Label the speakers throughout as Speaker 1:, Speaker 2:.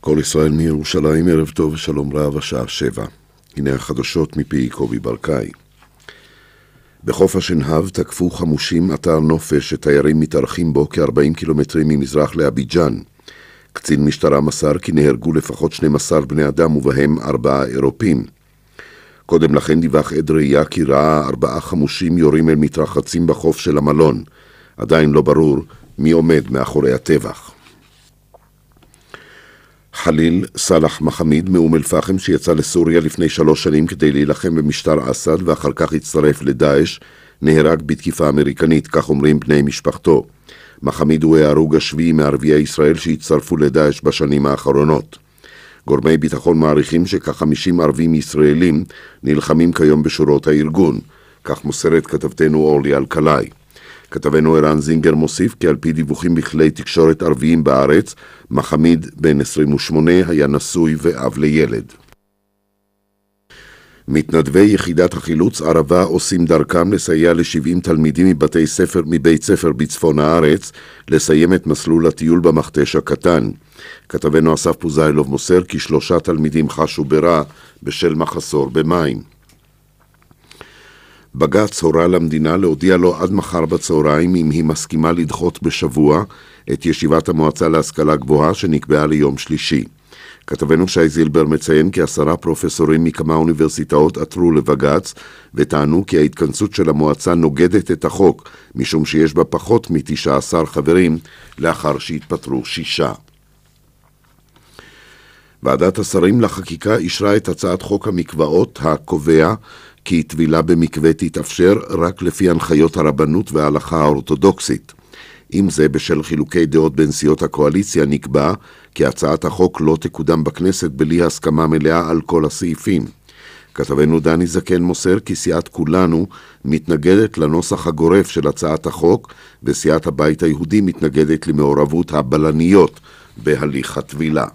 Speaker 1: כל ישראל מירושלים, ערב טוב ושלום רב, השעה 7. הנה החדשות מפי קובי ברקאי. בחוף השנהב תקפו חמושים אתר נופש שתיירים מתארחים בו כ-40 קילומטרים ממזרח לאביג'אן. קצין משטרה מסר כי נהרגו לפחות 12 בני אדם ובהם 4 אירופים. קודם לכן דיווח עד ראייה כי ראה 4 חמושים יורים אל מתרחצים בחוף של המלון. עדיין לא ברור מי עומד מאחורי הטבח. חליל סלאח מחמיד מאום אל-פחם שיצא לסוריה לפני 3 שנים כדי להילחם במשטר אסד ואחר כך הצטרף לדאעש, נהרג בתקיפה אמריקנית, כך אומרים בני משפחתו. מחמיד הוא ההרוג השביעי מערביי ישראל שהצטרפו לדאעש בשנים האחרונות. גורמי ביטחון מעריכים שכ-50 ערבים ישראלים נלחמים כיום בשורות הארגון, כך מוסרת כתבתנו אורלי אלקלעי. כתבנו ערן זינגר מוסיף כי על פי דיווחים בכלי תקשורת ערביים בארץ, מחמיד בן 28 היה נשוי ואב לילד. מתנדבי יחידת החילוץ ערבה עושים דרכם לסייע ל70 תלמידים מבית ספר בצפון הארץ לסיים את מסלול הטיול במכתש הקטן. כתבנו אסף פוזיילוב מוסר כי 3 תלמידים חשו ברע בשל מחסור במים. בג"ץ הורה למדינה להודיע לו עד מחר בצהריים אם היא מסכימה לדחות בשבוע את ישיבת המועצה להשכלה גבוהה שנקבעה ליום שלישי. כתבנו שי זילבר מציין כי 10 פרופסורים מכמה אוניברסיטאות עתרו לבג"ץ וטענו כי ההתכנסות של המועצה נוגדת את החוק משום שיש בה פחות מ-19 חברים לאחר שהתפטרו 6. ועדת השרים לחקיקה אישרה את הצעת חוק המקוואות הקובע כי טבילה במקווה תתאפשר רק לפי הנחיות הרבנות וההלכה האורתודוקסית. עם זה, בשל חילוקי דעות בין סיעות הקואליציה נקבע כי הצעת החוק לא תקודם בכנסת בלי הסכמה מלאה על כל הסעיפים. כתבנו דני זקן מוסר כי סיעת כולנו מתנגדת לנוסח הגורף של הצעת החוק וסיעת הבית היהודי מתנגדת למעורבות הבלניות בהליך הטבילה.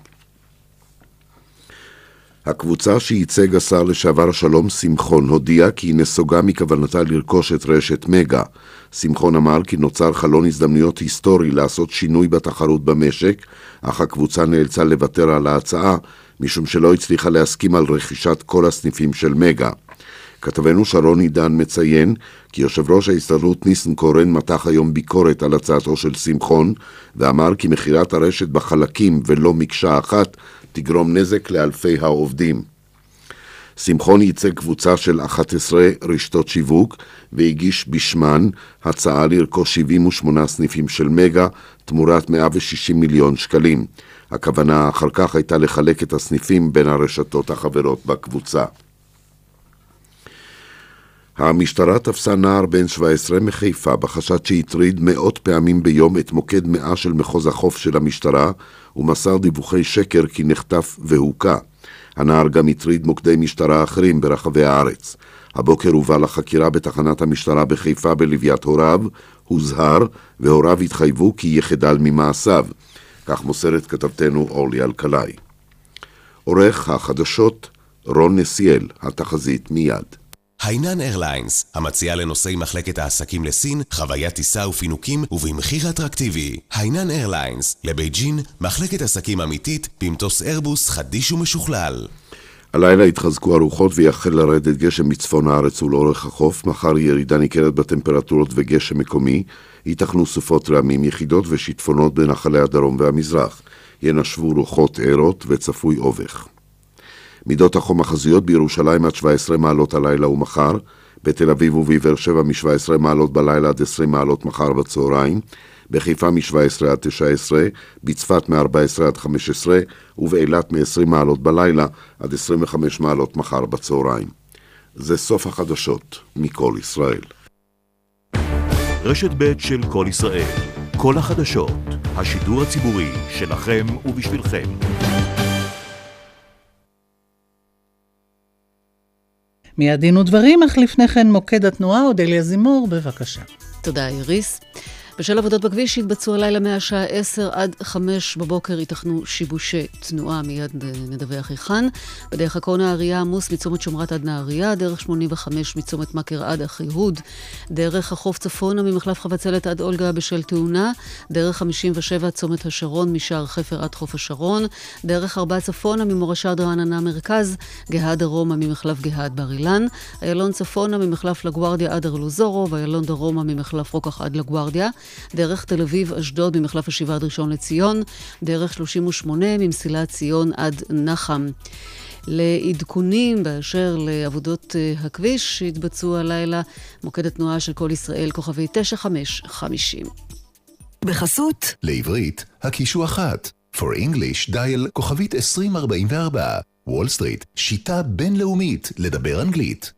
Speaker 1: הקבוצה שייצג השר לשעבר שלום שמחון הודיעה כי היא נסוגה מכוונתה לרכוש את רשת מגה. שמחון אמר כי נוצר חלון הזדמנויות היסטורי לעשות שינוי בתחרות במשק, אך הקבוצה נאלצה לוותר על ההצעה משום שלא הצליחה להסכים על רכישת כל הסניפים של מגה. כתבנו שרון עידן מציין כי יושב ראש ההסתדרות ניסנקורן מתח היום ביקורת על הצעתו של שמחון ואמר כי מחירת הרשת בחלקים ולא מקשה אחת תגרום נזק לאלפי העובדים. שמחון ייצג קבוצה של 11 רשתות שיווק והגיש בשמן הצעה לרכוש 78 סניפים של מגה תמורת 160 מיליון שקלים. הכוונה אחר כך הייתה לחלק את הסניפים בין הרשתות החברות בקבוצה. המשטרה תפסה נער בן 17 מחיפה בחשד שהטריד 100 פעמים ביום את מוקד 100 של מחוז החוף של המשטרה ומסר דיווחי שקר כי נחטף והוקע. הנער גם הטריד מוקדי משטרה אחרים ברחבי הארץ. הבוקר הובא לחקירה בתחנת המשטרה בחיפה בלוויית הוריו, הוזהר והוריו התחייבו כי יחדל ממעשיו. כך מוסרת כתבתנו אורלי אלקלעי. עורך החדשות רון נסיאל, התחזית מיד.
Speaker 2: היינן איירליינס, המציעה לנוסעי מחלקת העסקים לסין, חוויית טיסה ופינוקים ובמחיר אטרקטיבי. היינן איירליינס, לבייג'ין, מחלקת עסקים אמיתית, במטוס איירבוס חדיש ומשוכלל.
Speaker 1: הלילה התחזקו הרוחות ויחל לרדת גשם מצפון הארץ ולאורך החוף. מחר ירידה ניכרת בטמפרטורות וגשם מקומי. ייתכנו סופות רעמים, יחידות ושיטפונות בנחלי הדרום והמזרח. ינשבו רוחות ערות וצפוי אובך. מידות החום החזויות בירושלים עד 17 מעלות הלילה ומחר, בתל אביב ובבאר שבע מ-17 מעלות בלילה עד 20 מעלות מחר בצהריים, בחיפה מ-17 עד 19, בצפת מ-14 עד 15 ובאילת מ-20 מעלות בלילה עד 25 מעלות מחר בצהריים. זה סוף החדשות מכל ישראל.
Speaker 3: רשת ב' של כל ישראל, כל החדשות, השידור הציבורי שלכם ובשבילכם.
Speaker 4: מיד דין ודברים, אך לפני כן מוקד התנועה, אודליה זימור, בבקשה.
Speaker 5: תודה איריס.
Speaker 4: בשל עבודות בכביש התבצעו הלילה מהשעה 10 עד 5 בבוקר ייתכנו שיבושי תנועה, מיד נדווח היכן. בדרך עקרון נהריה עמוס מצומת שומרת עד נהריה, דרך 85 מצומת מכר עד אחיהוד, דרך החוף צפונה ממחלף חבצלת עד אולגה בשל תאונה, דרך 57 צומת השרון משער חפר עד חוף השרון, דרך 4 צפונה ממורשה עד רעננה מרכז, גהה דרומה ממחלף גהה עד בר אילן, איילון צפונה ממחלף לגוארדיה עד ארלוזורו, ואיילון דרומה ממחלף רוקח עד לגוארדיה, דרך תל אביב אשדוד ממחלף השבעה עד ראשון לציון, דרך 38 ממסילת ציון עד נחם. לעדכונים באשר לעבודות הכביש שהתבצעו הלילה, מוקד התנועה של כל ישראל כוכבי 9550.
Speaker 5: בחסות
Speaker 6: לעברית הקישו 1, for English dial כוכבית 2044, וול סטריט, שיטה בינלאומית לדבר אנגלית.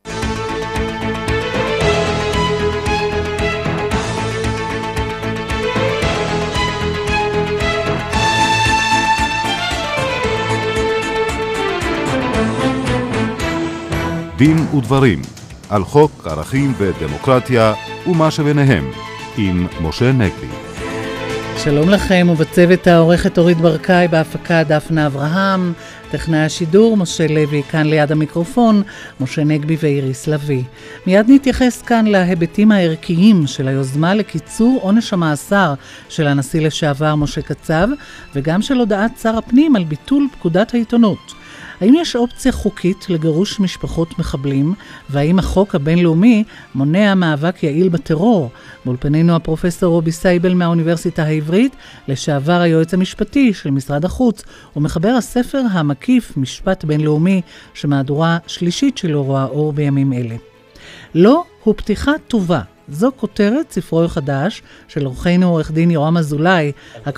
Speaker 3: דין ודברים על חוק ערכים ודמוקרטיה ומה שביניהם עם משה נגבי.
Speaker 7: שלום לכם, ובצוות העורכת אורית ברקאי, בהפקה דפנה אברהם, טכנאי השידור משה לוי, כאן ליד המיקרופון משה נגבי ואיריס לוי. מיד נתייחס כאן להיבטים הערכיים של היוזמה לקיצור עונש המאסר של הנשיא לשעבר משה קצב, וגם של הודעת שר הפנים על ביטול פקודת העיתונות. האם יש אופציה חוקית לגירוש משפחות מחבלים, והאם החוק הבינלאומי מונע מאבק יעיל בטרור? באולפנינו הפרופסור רובי סייבל מהאוניברסיטה העברית, לשעבר היועץ המשפטי של משרד החוץ, ומחבר הספר המקיף משפט בינלאומי, שמהדורה שלישית שלו רואה אור בימים אלה. לא הוא פתיחה טובה. זו כותרת ספרו החדש של עורכנו עורך דין יורם אזולאי,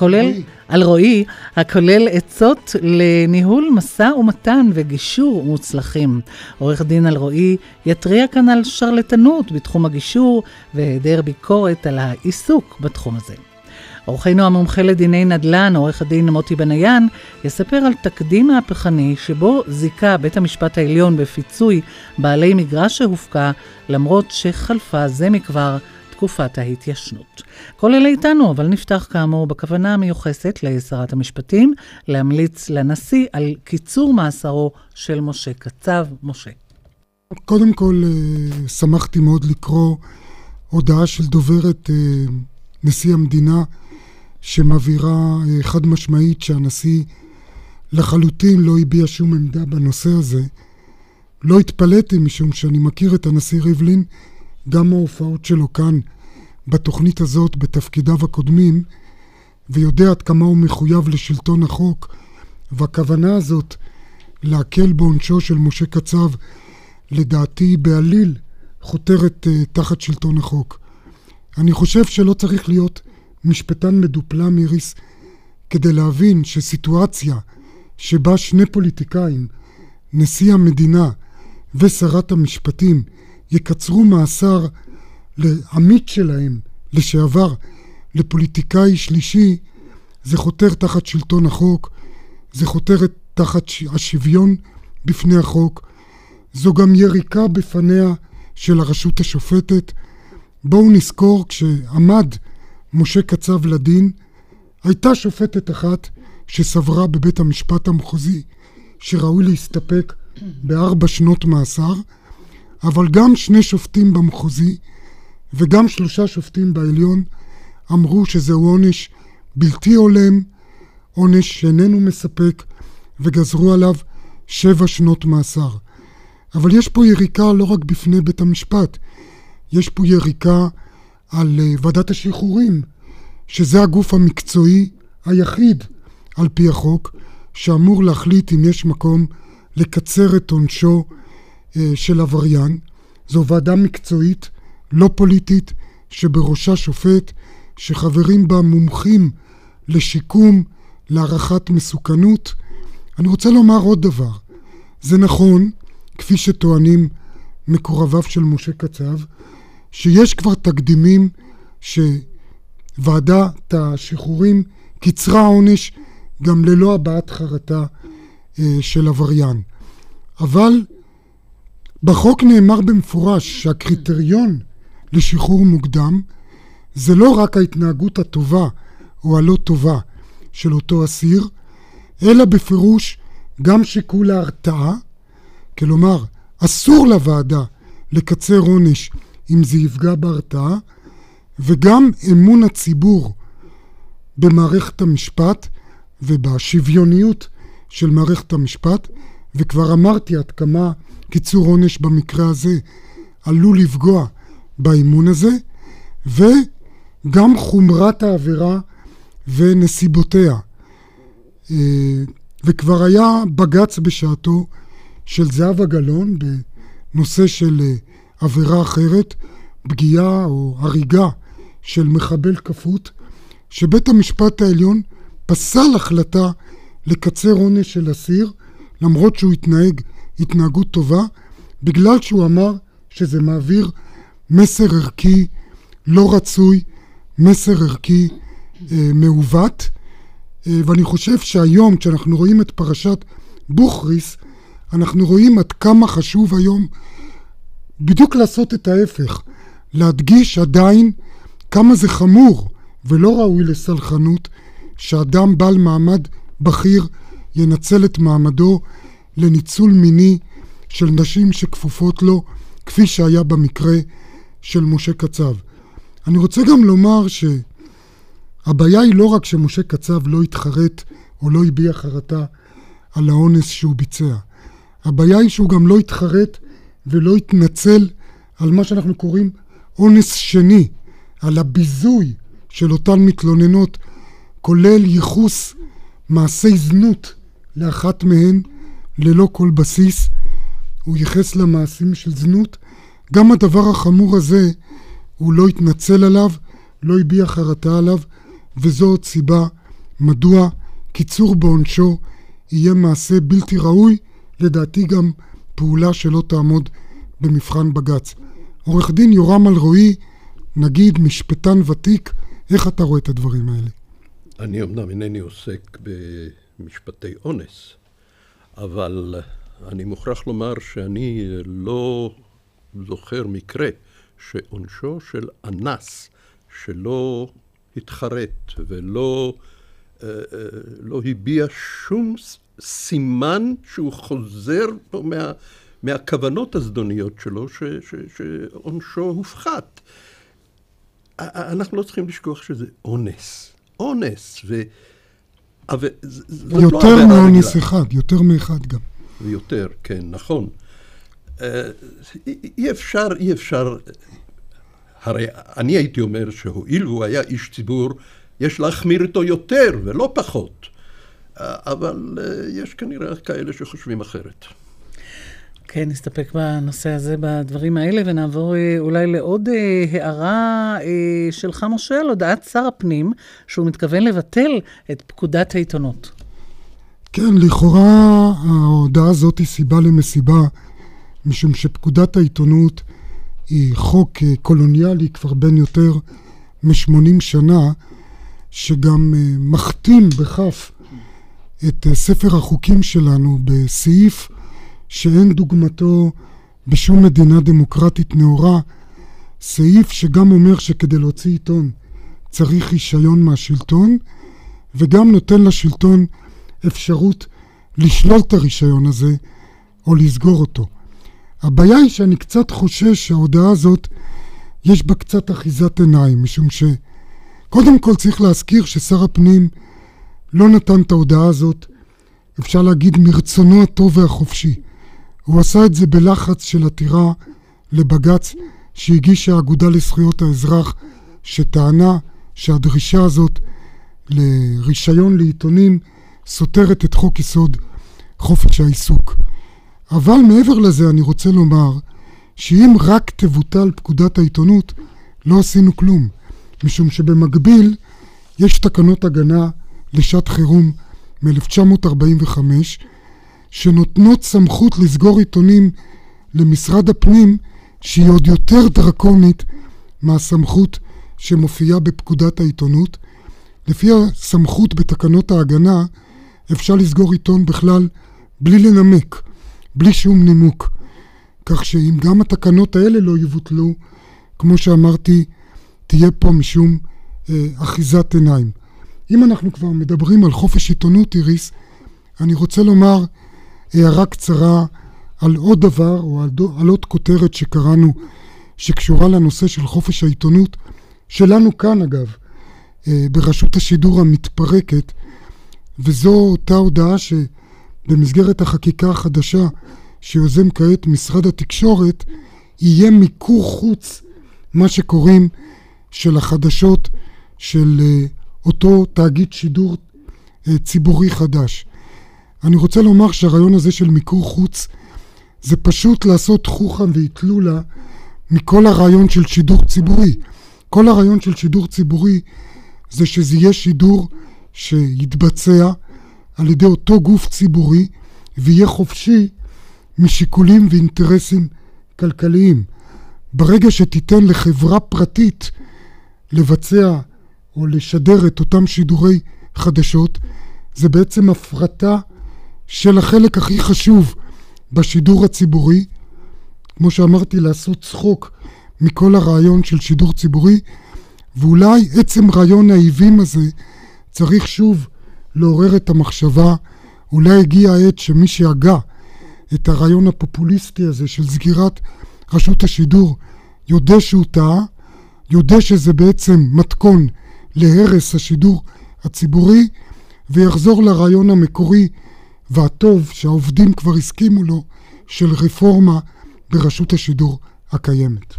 Speaker 7: הכולל עצות לניהול משא ומתן וגישור מוצלחים. עורך דין אלרועי יתריע כאן על שרלטנות בתחום הגישור והיעדר ביקורת על העיסוק בתחום הזה. עורכנו המומחה לדיני נדל"ן, עורך הדין מוטי בניין, יספר על תקדים מהפכני שבו זיקה בית המשפט העליון בפיצוי בעלי מגרש שהופקע, למרות שחלפה זה מכבר תקופת ההתיישנות. כל אלה איתנו, אבל נפתח כאמור בכוונה המיוחסת לשרת המשפטים להמליץ לנשיא על קיצור מאסרו של משה קצב. משה.
Speaker 8: קודם כל, שמחתי מאוד לקרוא הודעה של דוברת נשיא המדינה, שמבהירה חד משמעית שהנשיא לחלוטין לא הביע שום עמדה בנושא הזה. לא התפלאתי משום שאני מכיר את הנשיא ריבלין, גם ההופעות שלו כאן בתוכנית הזאת בתפקידיו הקודמים, ויודע עד כמה הוא מחויב לשלטון החוק, והכוונה הזאת להקל בעונשו של משה קצב, לדעתי בעליל חותרת תחת שלטון החוק. אני חושב שלא צריך להיות משפטן מדופלם איריס כדי להבין שסיטואציה שבה שני פוליטיקאים, נשיא המדינה ושרת המשפטים, יקצרו מאסר לעמית שלהם לשעבר לפוליטיקאי שלישי, זה חותר תחת שלטון החוק, זה חותר תחת השוויון בפני החוק, זו גם יריקה בפניה של הרשות השופטת. בואו נזכור, כשעמד משה קצב לדין, הייתה שופטת אחת שסברה בבית המשפט המחוזי שראוי להסתפק ב4 שנות מאסר, אבל גם 2 שופטים במחוזי וגם 3 שופטים בעליון אמרו שזהו עונש בלתי הולם, עונש שאיננו מספק, וגזרו עליו 7 שנות מאסר. אבל יש פה יריקה לא רק בפני בית המשפט, יש פה יריקה על ועדת השחרורים, שזה הגוף המקצועי היחיד על פי החוק, שאמור להחליט אם יש מקום לקצר את עונשו של עבריין. זו ועדה מקצועית, לא פוליטית, שבראשה שופט, שחברים בה מומחים לשיקום, להערכת מסוכנות. אני רוצה לומר עוד דבר. זה נכון, כפי שטוענים מקורביו של משה קצב, שיש כבר תקדימים שוועדת השחרורים קיצרה עונש גם ללא הבעת חרטה של עבריין. אבל בחוק נאמר במפורש שהקריטריון לשחרור מוקדם זה לא רק ההתנהגות הטובה או הלא טובה של אותו אסיר, אלא בפירוש גם שיקול ההרתעה, כלומר, אסור לוועדה לקצר עונש אם זה יפגע בהרתעה, וגם אמון הציבור במערכת המשפט ובשוויוניות של מערכת המשפט, וכבר אמרתי עד כמה קיצור עונש במקרה הזה עלול לפגוע באמון הזה, וגם חומרת העבירה ונסיבותיה. וכבר היה בג"ץ בשעתו של זהבה גלאון בנושא של עבירה אחרת, פגיעה או הריגה של מחבל כפות, שבית המשפט העליון פסל החלטה לקצר עונש של אסיר, למרות שהוא התנהג התנהגות טובה, בגלל שהוא אמר שזה מעביר מסר ערכי לא רצוי, מסר ערכי מעוות. ואני חושב שהיום, כשאנחנו רואים את פרשת בוכריס, אנחנו רואים עד כמה חשוב היום בדיוק לעשות את ההפך, להדגיש עדיין כמה זה חמור ולא ראוי לסלחנות, שאדם בעל מעמד בכיר ינצל את מעמדו לניצול מיני של נשים שכפופות לו, כפי שהיה במקרה של משה קצב. אני רוצה גם לומר שהבעיה היא לא רק שמשה קצב לא התחרט או לא הביע חרטה על האונס שהוא ביצע. הבעיה היא שהוא גם לא התחרט ולא התנצל על מה שאנחנו קוראים אונס שני, על הביזוי של אותן מתלוננות, כולל ייחוס מעשי זנות לאחת מהן ללא כל בסיס. הוא ייחס למעשים של זנות. גם הדבר החמור הזה הוא לא התנצל עליו, לא הביע חרטה עליו, וזו עוד סיבה מדוע קיצור בעונשו יהיה מעשה בלתי ראוי, לדעתי גם פעולה שלא תעמוד במבחן בג"ץ. עורך דין יורם אלרועי, נגיד משפטן ותיק, איך אתה רואה את הדברים האלה?
Speaker 9: אני אמנם אינני עוסק במשפטי אונס, אבל אני מוכרח לומר שאני לא זוכר מקרה שעונשו של אנס שלא התחרט ולא לא הביע שום סימן שהוא חוזר פה מהכוונות הזדוניות שלו שעונשו הופחת. אנחנו לא צריכים לשכוח שזה אונס. אונס.
Speaker 8: יותר מאונס אחד, יותר מאחד גם.
Speaker 9: ויותר, כן, נכון. אי אפשר, הרי אני הייתי אומר שהואיל הוא היה איש ציבור, יש להחמיר איתו יותר ולא פחות. אבל יש כנראה כאלה שחושבים אחרת.
Speaker 7: כן, נסתפק בנושא הזה, בדברים האלה, ונעבור אולי לעוד הערה שלך, משה, על הודעת שר הפנים, שהוא מתכוון לבטל את פקודת העיתונות.
Speaker 8: כן, לכאורה ההודעה הזאת היא סיבה למסיבה, משום שפקודת העיתונות היא חוק קולוניאלי כבר בין יותר מ-80 שנה, שגם מכתים בכף את ספר החוקים שלנו בסעיף שאין דוגמתו בשום מדינה דמוקרטית נאורה, סעיף שגם אומר שכדי להוציא עיתון צריך רישיון מהשלטון, וגם נותן לשלטון אפשרות לשלול את הרישיון הזה או לסגור אותו. הבעיה היא שאני קצת חושש שההודעה הזאת יש בה קצת אחיזת עיניים, משום שקודם כל צריך להזכיר ששר הפנים לא נתן את ההודעה הזאת, אפשר להגיד מרצונו הטוב והחופשי. הוא עשה את זה בלחץ של עתירה לבג"ץ שהגישה האגודה לזכויות האזרח, שטענה שהדרישה הזאת לרישיון לעיתונים סותרת את חוק יסוד חופש העיסוק. אבל מעבר לזה אני רוצה לומר שאם רק תבוטל פקודת העיתונות לא עשינו כלום, משום שבמקביל יש תקנות הגנה לשעת חירום מ-1945 שנותנות סמכות לסגור עיתונים למשרד הפנים, שהיא עוד יותר דרקונית מהסמכות שמופיעה בפקודת העיתונות. לפי הסמכות בתקנות ההגנה אפשר לסגור עיתון בכלל בלי לנמק, בלי שום נימוק. כך שאם גם התקנות האלה לא יבוטלו, כמו שאמרתי, תהיה פה משום אחיזת עיניים. אם אנחנו כבר מדברים על חופש עיתונות, איריס, אני רוצה לומר הערה קצרה על עוד דבר, או על עוד כותרת שקראנו, שקשורה לנושא של חופש העיתונות, שלנו כאן אגב, ברשות השידור המתפרקת, וזו אותה הודעה שבמסגרת החקיקה החדשה שיוזם כעת משרד התקשורת, יהיה מיקור חוץ, מה שקוראים, של החדשות של אותו תאגיד שידור ציבורי חדש. אני רוצה לומר שהרעיון הזה של מיקור חוץ זה פשוט לעשות חוכם והתלולה מכל הרעיון של שידור ציבורי. כל הרעיון של שידור ציבורי זה שזה יהיה שידור שיתבצע על ידי אותו גוף ציבורי ויהיה חופשי משיקולים ואינטרסים כלכליים. ברגע שתיתן לחברה פרטית לבצע או לשדר את אותם שידורי חדשות, זה בעצם הפרטה של החלק הכי חשוב בשידור הציבורי. כמו שאמרתי, לעשות צחוק מכל הרעיון של שידור ציבורי, ואולי עצם רעיון האיבים הזה צריך שוב לעורר את המחשבה. אולי הגיע העת שמי שהגה את הרעיון הפופוליסטי הזה של סגירת רשות השידור יודע שהוא טעה, יודע שזה בעצם מתכון להרס השידור הציבורי, ויחזור לרעיון המקורי והטוב שהעובדים כבר הסכימו לו, של רפורמה ברשות השידור הקיימת.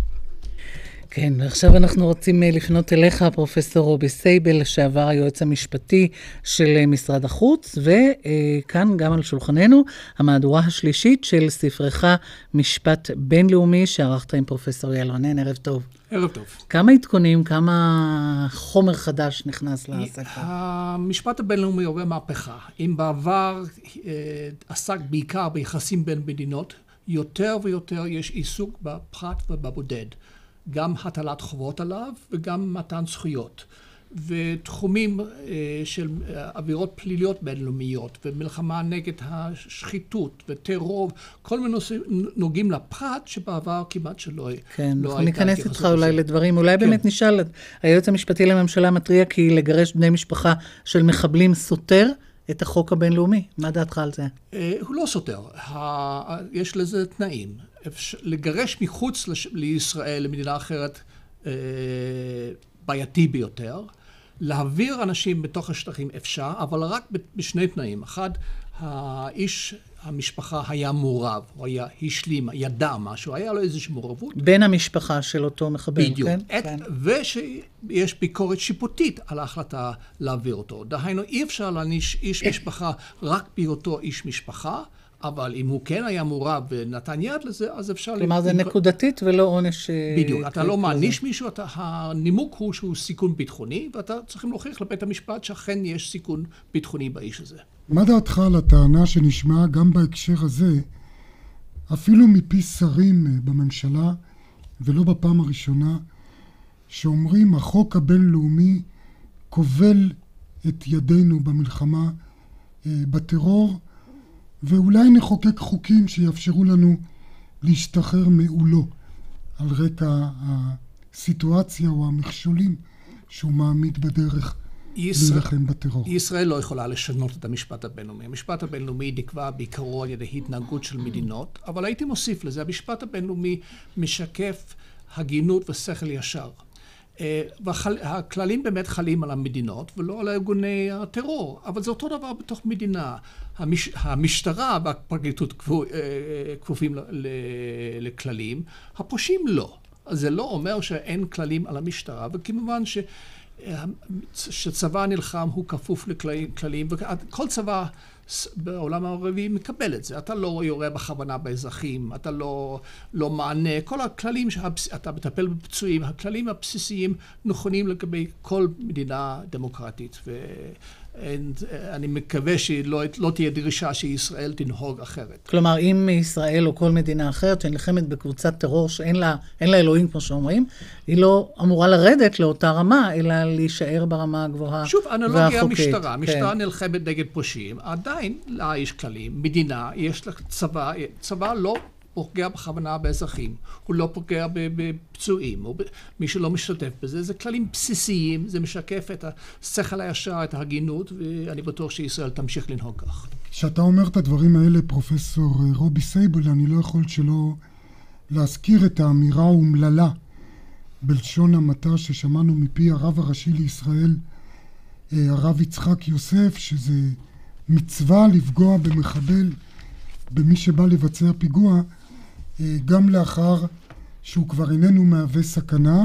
Speaker 7: כן, עכשיו אנחנו רוצים לפנות אליך, פרופסור רובי סייבל, לשעבר היועץ המשפטי של משרד החוץ, וכאן גם על שולחננו המהדורה השלישית של ספרך משפט בינלאומי, שערכת עם פרופסור יעל רונן. ערב טוב.
Speaker 10: ערב טוב.
Speaker 7: כמה עדכונים, כמה חומר חדש נכנס לספר?
Speaker 10: המשפט הבינלאומי עובר מהפכה. אם בעבר עסק בעיקר ביחסים בין מדינות, יותר ויותר יש עיסוק בפרט ובבודד. גם הטלת חובות עליו וגם מתן זכויות. ותחומים של עבירות פליליות בינלאומיות ומלחמה נגד השחיתות וטרור, כל מיני נושאים נוגעים לפרט שבעבר כמעט שלא הייתה.
Speaker 7: כן, אנחנו ניכנס איתך אולי לדברים. אולי באמת נשאל, היועץ המשפטי לממשלה מתריע כי לגרש בני משפחה של מחבלים סותר את החוק הבינלאומי. מה דעתך על זה?
Speaker 10: הוא לא סותר. יש לזה תנאים. לגרש מחוץ לישראל, למדינה אחרת, בעייתי ביותר. להעביר אנשים בתוך השטחים אפשר, אבל רק בשני תנאים. אחד, המשפחה היה מעורב, הוא היה השלים, ידע משהו, היה לו איזושהי מעורבות.
Speaker 7: בין המשפחה של אותו מחבל,
Speaker 10: בדיוק.
Speaker 7: כן?
Speaker 10: ושיש ביקורת שיפוטית על ההחלטה להעביר אותו. דהיינו, אי אפשר להעניש איש משפחה רק בהיותו איש משפחה, אבל אם הוא כן היה מעורב ונתן יד לזה, אז אפשר...
Speaker 7: כלומר, זה נקודתית ולא עונש...
Speaker 10: בדיוק. אתה לא מעניש מישהו, הנימוק הוא שהוא סיכון ביטחוני, ואתה צריכים להוכיח לבית המשפט שאכן יש סיכון ביטחוני באיש הזה.
Speaker 8: מה דעתך על הטענה שנשמעה גם בהקשר הזה, אפילו מפי שרים בממשלה, ולא בפעם הראשונה, שאומרים החוק הבינלאומי כובל את ידינו במלחמה בטרור, ואולי נחוקק חוקים שיאפשרו לנו להשתחרר מעולו על רקע הסיטואציה או המכשולים שהוא מעמיד בדרך להילחם בטרור.
Speaker 10: ישראל לא יכולה לשנות את המשפט הבינלאומי. המשפט הבינלאומי נקבע בעיקרו על ידי התנהגות של מדינות, אבל הייתי מוסיף לזה, המשפט הבינלאומי משקף הגינות ושכל ישר. והכללים באמת חלים על המדינות ולא על ארגוני הטרור, אבל זה אותו דבר בתוך מדינה. המשטרה והפרקליטות כפופים לכללים, הפושעים לא. אז זה לא אומר שאין כללים על המשטרה, וכמובן שצבא נלחם הוא כפוף לכללים, וכל צבא בעולם הערבי מקבל את זה. אתה לא יורה בכוונה באזרחים, אתה לא מענה. כל הכללים שאתה מטפל בפצועים, הכללים הבסיסיים נכונים לגבי כל מדינה דמוקרטית. ואני מקווה שלא תהיה דרישה שישראל תנהוג אחרת.
Speaker 7: כלומר, אם ישראל או כל מדינה אחרת שנלחמת בקבוצת טרור שאין לה אלוהים, כמו שאומרים, היא לא אמורה לרדת לאותה רמה, אלא להישאר ברמה הגבוהה והחוקית.
Speaker 10: שוב, אנלוגיה המשטרה. המשטרה נלחמת נגד פושעים, עדיין לה יש כללים. מדינה, יש לה צבא לא פוגע בכוונה באזרחים, הוא לא פוגע בפצועים, מי שלא משתתף בזה, זה כללים בסיסיים, זה משקף את השכל הישר, את ההגינות, ואני בטוח שישראל תמשיך לנהוג כך.
Speaker 8: כשאתה אומר את הדברים האלה, פרופסור רובי סייבל, אני לא יכול שלא להזכיר את האמירה האומללה בלשון המעטה ששמענו מפי הרב הראשי לישראל, הרב יצחק יוסף, שזה מצווה לפגוע במחבל, במי שבא לבצע פיגוע, גם לאחר שהוא כבר איננו מהווה סכנה,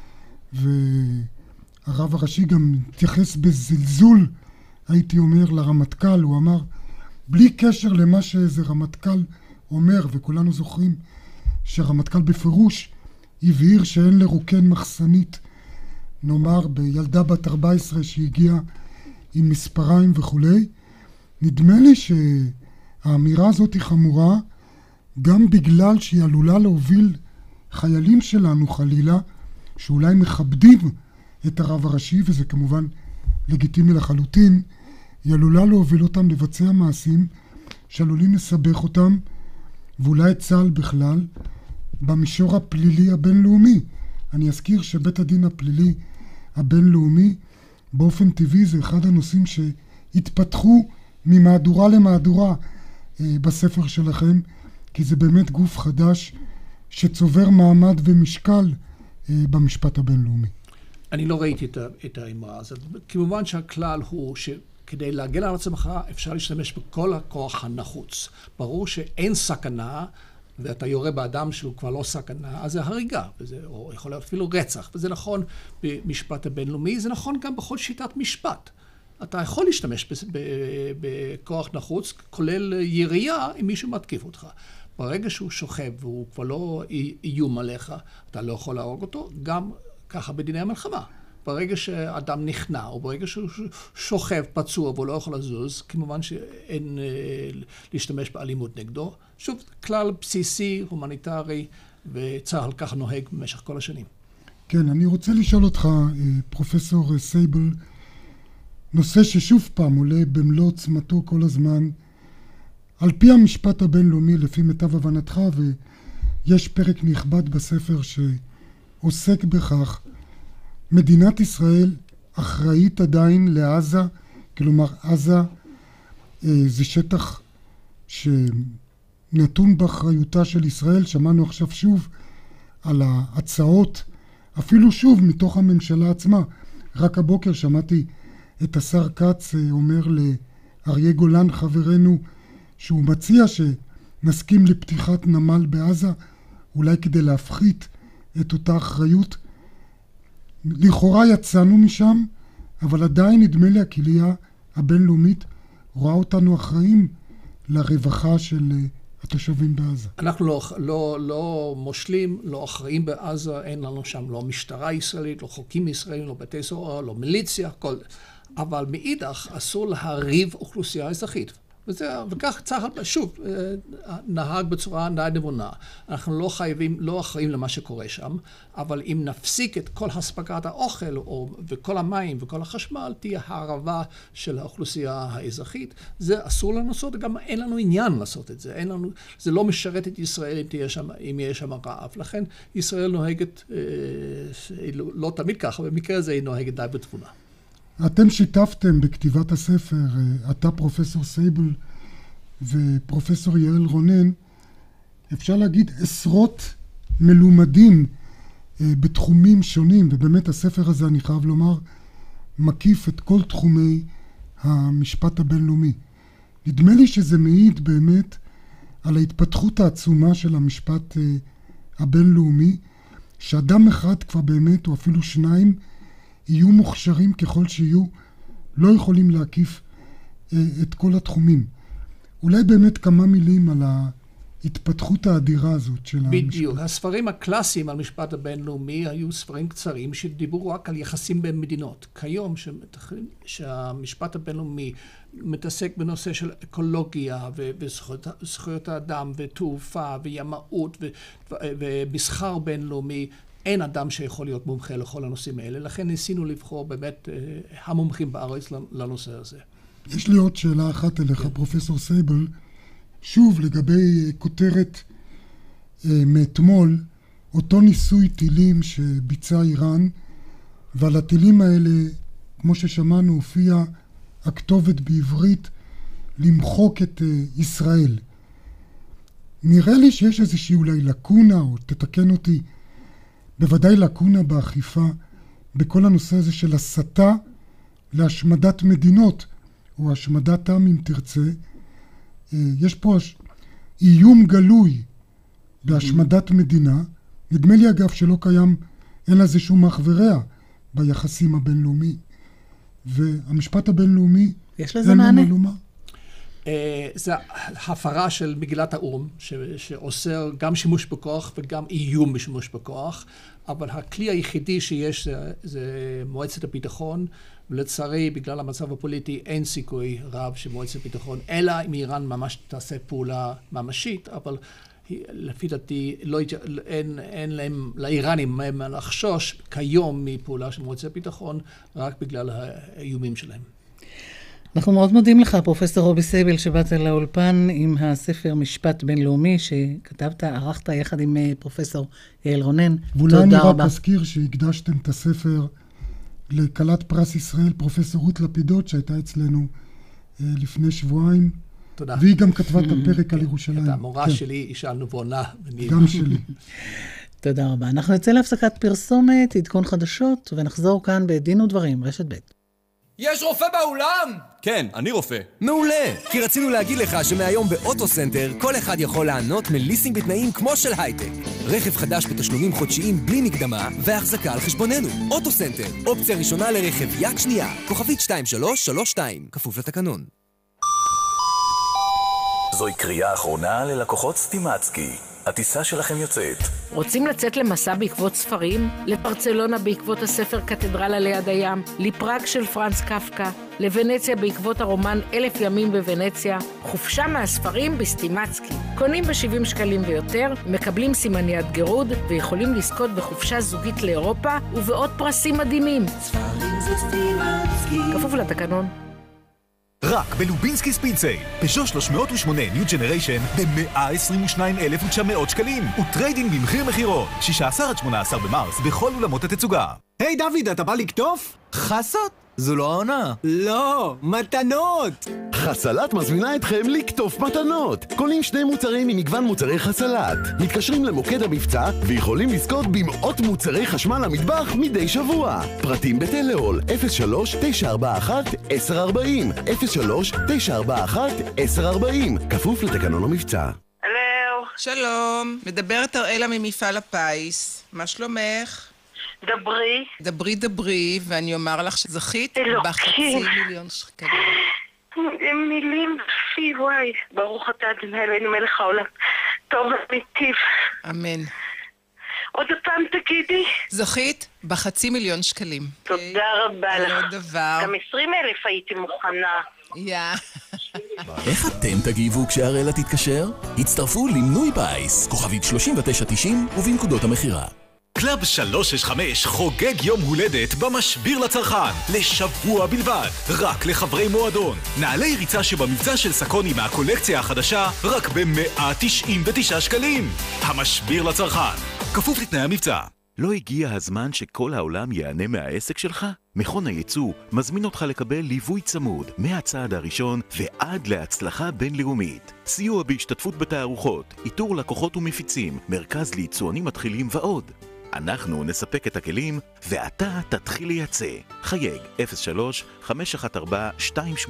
Speaker 8: והרב הראשי גם התייחס בזלזול, הייתי אומר, לרמטכ"ל. הוא אמר, בלי קשר למה שאיזה רמטכ"ל אומר, וכולנו זוכרים שהרמטכ"ל בפירוש הבהיר שאין לרוקן מחסנית, נאמר בילדה בת 14 שהגיעה עם מספריים וכולי. נדמה לי שהאמירה הזאת היא חמורה גם בגלל שהיא עלולה להוביל חיילים שלנו חלילה, שאולי מכבדים את הרב הראשי, וזה כמובן לגיטימי לחלוטין, היא עלולה להוביל אותם לבצע מעשים שעלולים לסבך אותם, ואולי את צה"ל בכלל, במישור הפלילי הבינלאומי. אני אזכיר שבית הדין הפלילי הבינלאומי באופן טבעי זה אחד הנושאים שהתפתחו ממהדורה למהדורה בספר שלכם, כי זה באמת גוף חדש שצובר מעמד ומשקל במשפט הבינלאומי.
Speaker 10: אני לא ראיתי את האמרה הזאת. כמובן שהכלל הוא שכדי להגן על עצמך אפשר להשתמש בכל הכוח הנחוץ. ברור שאין סכנה, ואתה יורה באדם שהוא כבר לא סכנה, אז זה הריגה, או יכול להיות אפילו רצח. וזה נכון במשפט הבינלאומי, זה נכון גם בכל שיטת משפט. אתה יכול להשתמש בכוח נחוץ, כולל ירייה אם מישהו מתקיף אותך. ברגע שהוא שוכב והוא כבר לא איום עליך, אתה לא יכול להרוג אותו, גם ככה בדיני המלחמה. ברגע שאדם נכנע, או ברגע שהוא שוכב פצוע והוא לא יכול לזוז, כמובן שאין להשתמש באלימות נגדו. שוב, כלל בסיסי, הומניטרי, וצה"ל ככה נוהג במשך כל השנים.
Speaker 8: כן, אני רוצה לשאול אותך, פרופסור סייבל, נושא ששוב פעם עולה במלוא עוצמתו כל הזמן, על פי המשפט הבינלאומי, לפי מיטב הבנתך, ויש פרק נכבד בספר שעוסק בכך, מדינת ישראל אחראית עדיין לעזה, כלומר עזה זה שטח שנתון באחריותה של ישראל. שמענו עכשיו שוב על ההצעות, אפילו שוב מתוך הממשלה עצמה. רק הבוקר שמעתי את השר כץ אומר לאריה גולן חברנו שהוא מציע שנסכים לפתיחת נמל בעזה, אולי כדי להפחית את אותה אחריות. לכאורה יצאנו משם, אבל עדיין נדמה לי הקהילה הבינלאומית רואה אותנו אחראים לרווחה של התושבים בעזה.
Speaker 10: אנחנו לא מושלים, לא אחראים בעזה, אין לנו שם לא משטרה ישראלית, לא חוקים ישראלים, לא בתי סוהר, לא מיליציה, אבל מאידך אסור להריב אוכלוסייה אזרחית. וכך צה"ל שוב נהג בצורה די נבונה. אנחנו לא אחראים למה שקורה שם, אבל אם נפסיק את כל הספקת האוכל וכל המים וכל החשמל, תהיה הרעבה של האוכלוסייה האזרחית. זה אסור לנו לעשות, גם אין לנו עניין לעשות את זה. זה לא משרת את ישראל אם יהיה שם רעב. לכן ישראל נוהגת, לא תמיד ככה, במקרה הזה היא נוהגת די בתבונה.
Speaker 8: אתם שיתפתם בכתיבת הספר, אתה פרופסור סייבל ופרופסור יעל רונן, אפשר להגיד עשרות מלומדים בתחומים שונים, ובאמת הספר הזה, אני חייב לומר, מקיף את כל תחומי המשפט הבינלאומי. נדמה לי שזה מעיד באמת על ההתפתחות העצומה של המשפט הבינלאומי, שאדם אחד כבר באמת, או אפילו שניים, יהיו מוכשרים ככל שיהיו, לא יכולים להקיף את כל התחומים. אולי באמת כמה מילים על ההתפתחות האדירה הזאת של המשפט.
Speaker 10: בדיוק. הספרים הקלאסיים על משפט הבינלאומי היו ספרים קצרים שדיברו רק על יחסים בין מדינות. כיום שהמשפט הבינלאומי מתעסק בנושא של אקולוגיה וזכויות האדם ותעופה וימאות ומסחר בינלאומי, אין אדם שיכול להיות מומחה לכל הנושאים האלה, לכן ניסינו לבחור באמת המומחים בארץ לנושא הזה.
Speaker 8: יש לי עוד שאלה אחת אליך, פרופסור סייבל, שוב לגבי כותרת מאתמול, אותו ניסוי טילים שביצע איראן, ועל הטילים האלה, כמו ששמענו, הופיע הכתובת בעברית למחוק את ישראל. נראה לי שיש איזושהי אולי לקונה, או תתקן אותי, בוודאי לקונה באכיפה, בכל הנושא הזה של הסתה להשמדת מדינות, או השמדת עם אם תרצה. יש פה איום גלוי בהשמדת מדינה. נדמה לי אגב שלא קיים, אין לזה שום אח ורע ביחסים הבינלאומי. והמשפט הבינלאומי,
Speaker 7: יש לזה מענה?
Speaker 10: זה הפרה של מגילת האו"ם, שאוסר גם שימוש בכוח וגם איום בשימוש בכוח, אבל הכלי היחידי שיש זה מועצת הביטחון, ולצערי בגלל המצב הפוליטי אין סיכוי רב שמועצת הביטחון, אלא אם איראן ממש תעשה פעולה ממשית, אבל לפי דעתי אין להם, לאיראנים, מה לחשוש כיום מפעולה של מועצת הביטחון, רק בגלל האיומים שלהם.
Speaker 7: אנחנו מאוד מודים לך, פרופסור רובי סייבל, שבאת לאולפן עם הספר משפט בינלאומי, שכתבת, ערכת יחד עם פרופסור יעל רונן.
Speaker 8: ואולי אני רק אזכיר שהקדשתם את הספר לכלת פרס ישראל, פרופסור רות לפידות, שהייתה אצלנו לפני שבועיים.
Speaker 10: תודה.
Speaker 8: והיא גם כתבה את הפרק על ירושלים.
Speaker 10: את המורה שלי, אישה נבונה.
Speaker 8: גם שלי.
Speaker 7: תודה רבה. אנחנו נצא להפסקת פרסומת, עדכון חדשות, ונחזור כאן בדין ודברים, רשת ב'.
Speaker 11: יש רופא באולם?
Speaker 12: כן, אני רופא.
Speaker 11: מעולה! כי רצינו להגיד לך שמהיום באוטוסנטר כל אחד יכול לענות מליסינג בתנאים כמו של הייטק. רכב חדש בתשלומים חודשיים בלי מקדמה והחזקה על חשבוננו. אוטוסנטר, אופציה ראשונה לרכב יד שנייה. כוכבית 2332, כפוף לתקנון.
Speaker 13: זוהי קריאה אחרונה ללקוחות סטימצקי. הטיסה שלכם יוצאת.
Speaker 14: רוצים לצאת למסע בעקבות ספרים? לברצלונה בעקבות הספר קתדרלה ליד הים, לפראג של פרנס קפקא, לוונציה בעקבות הרומן 1000 ימים בוונציה, חופשה מהספרים בסטימצקי. קונים ב70 שקלים ויותר, מקבלים סימניית גירוד ויכולים לזכות בחופשה זוגית לאירופה ובעוד פרסים מדהימים. ספרים זה סטימצקי. כפוף לתקנון.
Speaker 15: רק בלובינסקי ספיד סייל, פז'ו 308 ניו ג'נריישן ב-122,900 שקלים, וטריידינג במחיר מחירות, 16 עד 18 במרס בכל אולמות התצוגה.
Speaker 16: היי דוד, אתה בא לקטוף? חסות? זו לא העונה. לא, מתנות!
Speaker 17: חסלת מזמינה אתכם לקטוף מתנות. קונים 2 מוצרים ממגוון מוצרי חסלת. מתקשרים למוקד המבצע ויכולים לזכות במאות מוצרי חשמל למטבח מדי שבוע. פרטים בטלאול 03-941-1040 03-941-1040 כפוף לתקנון המבצע.
Speaker 18: הלו. שלום, מדברת הראלה ממפעל הפיס. מה שלומך? דברי, ואני אומר לך שזכית ב500,000 שקלים.
Speaker 19: מילים בפי, וואי, ברוך אתה אדוני אלוהינו מלך העולם, טוב ומיטיב.
Speaker 18: אמן.
Speaker 19: עוד פעם תגידי.
Speaker 18: זכית ב500,000 שקלים.
Speaker 19: תודה רבה לך.
Speaker 18: לא דבר.
Speaker 19: גם 20,000 הייתי מוכנה.
Speaker 2: איך אתם תגיבו כשהראלה תתקשר? הצטרפו למנוי בייס, כוכבית 3990 ובנקודות המחירה.
Speaker 15: קלאב 365 חוגג יום הולדת במשביר לצרכן לשבוע בלבד, רק לחברי מועדון. נעלי ריצה שבמבצע של סקוני מהקולקציה החדשה רק ב-199 שקלים. המשביר לצרכן, כפוף לתנאי המבצע.
Speaker 20: לא הגיע הזמן שכל העולם יענה מהעסק שלך? מכון הייצוא מזמין אותך לקבל ליווי צמוד מהצעד הראשון ועד להצלחה בינלאומית. סיוע בהשתתפות בתערוכות, איתור לקוחות ומפיצים, מרכז ליצואנים מתחילים ועוד. אנחנו נספק את הכלים ואתה תתחיל לייצא. חייג 03-514-2830.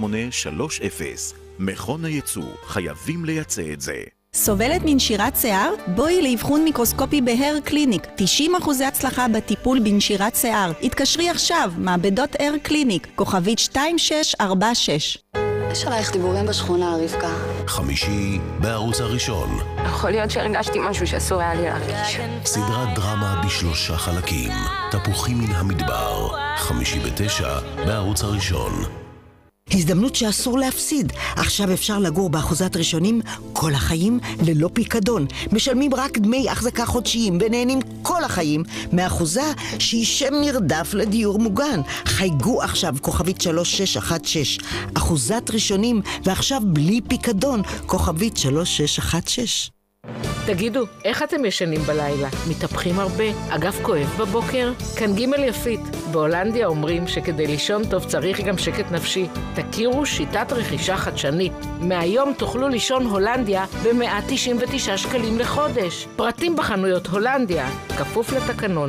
Speaker 20: מכון הייצוא, חייבים לייצא את זה.
Speaker 21: סובלת מנשירת שיער? בואי לאבחון מיקרוסקופי בהר קליניק. 90% הצלחה בטיפול בנשירת שיער. התקשרי עכשיו, מעבדות הר קליניק, כוכבית 2646.
Speaker 22: יש עלייך דיבורים בשכונה, רבקה.
Speaker 2: חמישי בערוץ הראשון.
Speaker 22: יכול להיות שהרגשתי משהו שאסור היה לי להרגיש.
Speaker 2: סדרת דרמה ב3 חלקים. תפוחים מן המדבר. 5:09 בערוץ הראשון.
Speaker 23: הזדמנות שאסור להפסיד. עכשיו אפשר לגור באחוזת ראשונים כל החיים ללא פיקדון. משלמים רק דמי החזקה חודשיים ונהנים כל החיים מאחוזה שהיא שם נרדף לדיור מוגן. חייגו עכשיו כוכבית 3616. אחוזת ראשונים ועכשיו בלי פיקדון כוכבית 3616.
Speaker 14: תגידו, איך אתם ישנים בלילה? מתהפכים הרבה? אגף כואב בבוקר? כאן ג' יפית. בהולנדיה אומרים שכדי לישון טוב צריך גם שקט נפשי. תכירו שיטת רכישה חדשנית. מהיום תוכלו לישון הולנדיה ב-199 שקלים לחודש. פרטים בחנויות הולנדיה, כפוף לתקנון.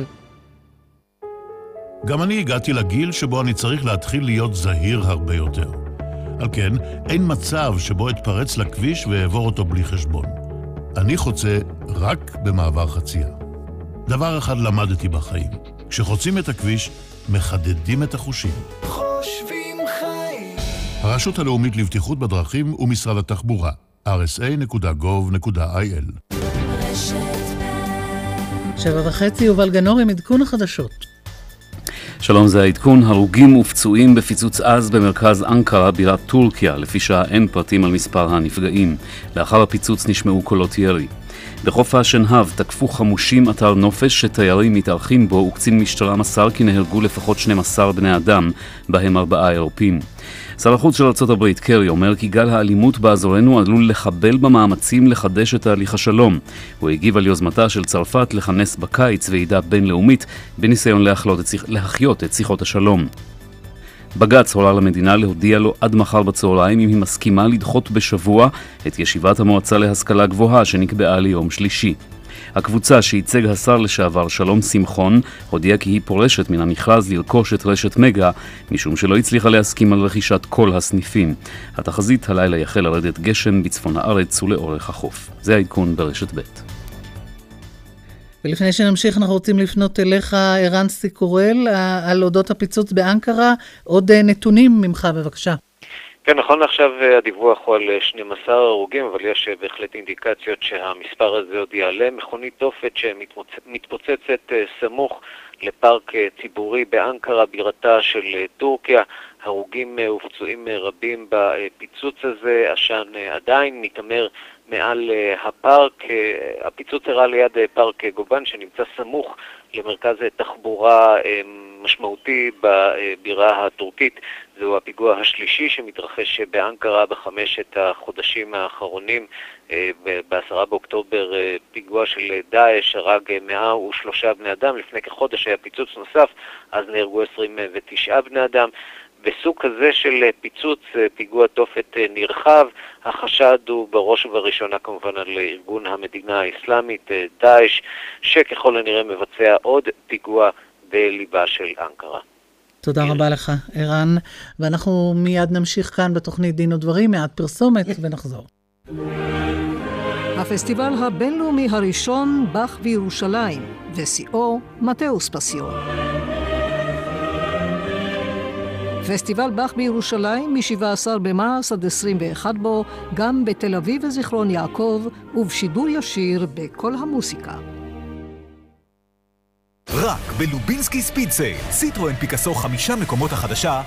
Speaker 1: גם אני הגעתי לגיל שבו אני צריך להתחיל להיות זהיר הרבה יותר. על כן, אין מצב שבו אתפרץ לכביש ואעבור אותו בלי חשבון. אני חוצה רק במעבר חצייה. דבר אחד למדתי בחיים. כשחוצים את הכביש, מחדדים את החושים.
Speaker 16: חושבים חיים.
Speaker 1: הרשות הלאומית לבטיחות בדרכים ומשרד התחבורה. rsa.gov.il
Speaker 7: 7:30 יובל גנור עם עדכון החדשות.
Speaker 4: שלום, זה העדכון. הרוגים ופצועים בפיצוץ עז במרכז אנקרה, בירת טורקיה. לפי שעה אין פרטים על מספר הנפגעים. לאחר הפיצוץ נשמעו קולות ירי. בחוף השנהב תקפו חמושים אתר נופש שתיירים מתארחים בו, וקצין משטרה מסר כי נהרגו לפחות 12 בני אדם, בהם 4 אירופים. שר החוץ של ארצות הברית קרי אומר כי גל האלימות באזורנו עלול לחבל במאמצים לחדש את תהליך השלום. הוא הגיב על יוזמתה של צרפת לכנס בקיץ ועידה בינלאומית בניסיון להחיות את שיחות השלום. בג"ץ הורה למדינה להודיע לו עד מחר בצהריים אם היא מסכימה לדחות בשבוע את ישיבת המועצה להשכלה גבוהה שנקבעה ליום שלישי. הקבוצה שייצג השר לשעבר שלום שמחון הודיעה כי היא פורשת מן המכרז לרכוש את רשת מגה, משום שלא הצליחה להסכים על רכישת כל הסניפים. התחזית, הלילה יחל לרדת גשם בצפון הארץ ולאורך החוף. זה העדכון ברשת ב'.
Speaker 7: ולפני שנמשיך אנחנו רוצים לפנות אליך, ערן סיקורל, על אודות הפיצוץ באנקרה. עוד נתונים ממך בבקשה.
Speaker 12: כן, נכון, עכשיו הדיווח הוא על 12 הרוגים, אבל יש בהחלט אינדיקציות שהמספר הזה עוד יעלה. מכונית תופת שמתפוצצת סמוך לפארק ציבורי באנקרה, בירתה של טורקיה. הרוגים ופצועים רבים בפיצוץ הזה. עשן עדיין מתאמר מעל הפארק. הפיצוץ אירע ליד פארק גובן שנמצא סמוך למרכז תחבורה משמעותי בבירה הטורקית. זהו הפיגוע השלישי שמתרחש באנקרה בחמשת החודשים האחרונים. ב-10 באוקטובר פיגוע של דאעש הרג 103 בני אדם. לפני כחודש היה פיצוץ נוסף, אז נהרגו 29 בני אדם. בסוג כזה של פיצוץ, פיגוע תופת נרחב, החשד הוא בראש ובראשונה כמובן על ארגון המדינה האסלאמית, דאעש, שככל הנראה מבצע עוד פיגוע בליבה של אנקרה.
Speaker 7: תודה רבה לך, ערן. ואנחנו מיד נמשיך כאן בתוכנית דין ודברים, מעט פרסומת ונחזור.
Speaker 24: הפסטיבל הבינלאומי הראשון באך בירושלים, ושיאו מתאוס פסיון. פסטיבל באך בירושלים מ-17 במרס עד 21 בו, גם בתל אביב וזיכרון יעקב, ובשידור ישיר בכל המוסיקה.
Speaker 15: רק בלובינסקי ספיד סייל, סיטרואן פיקאסו 5 מקומות החדשה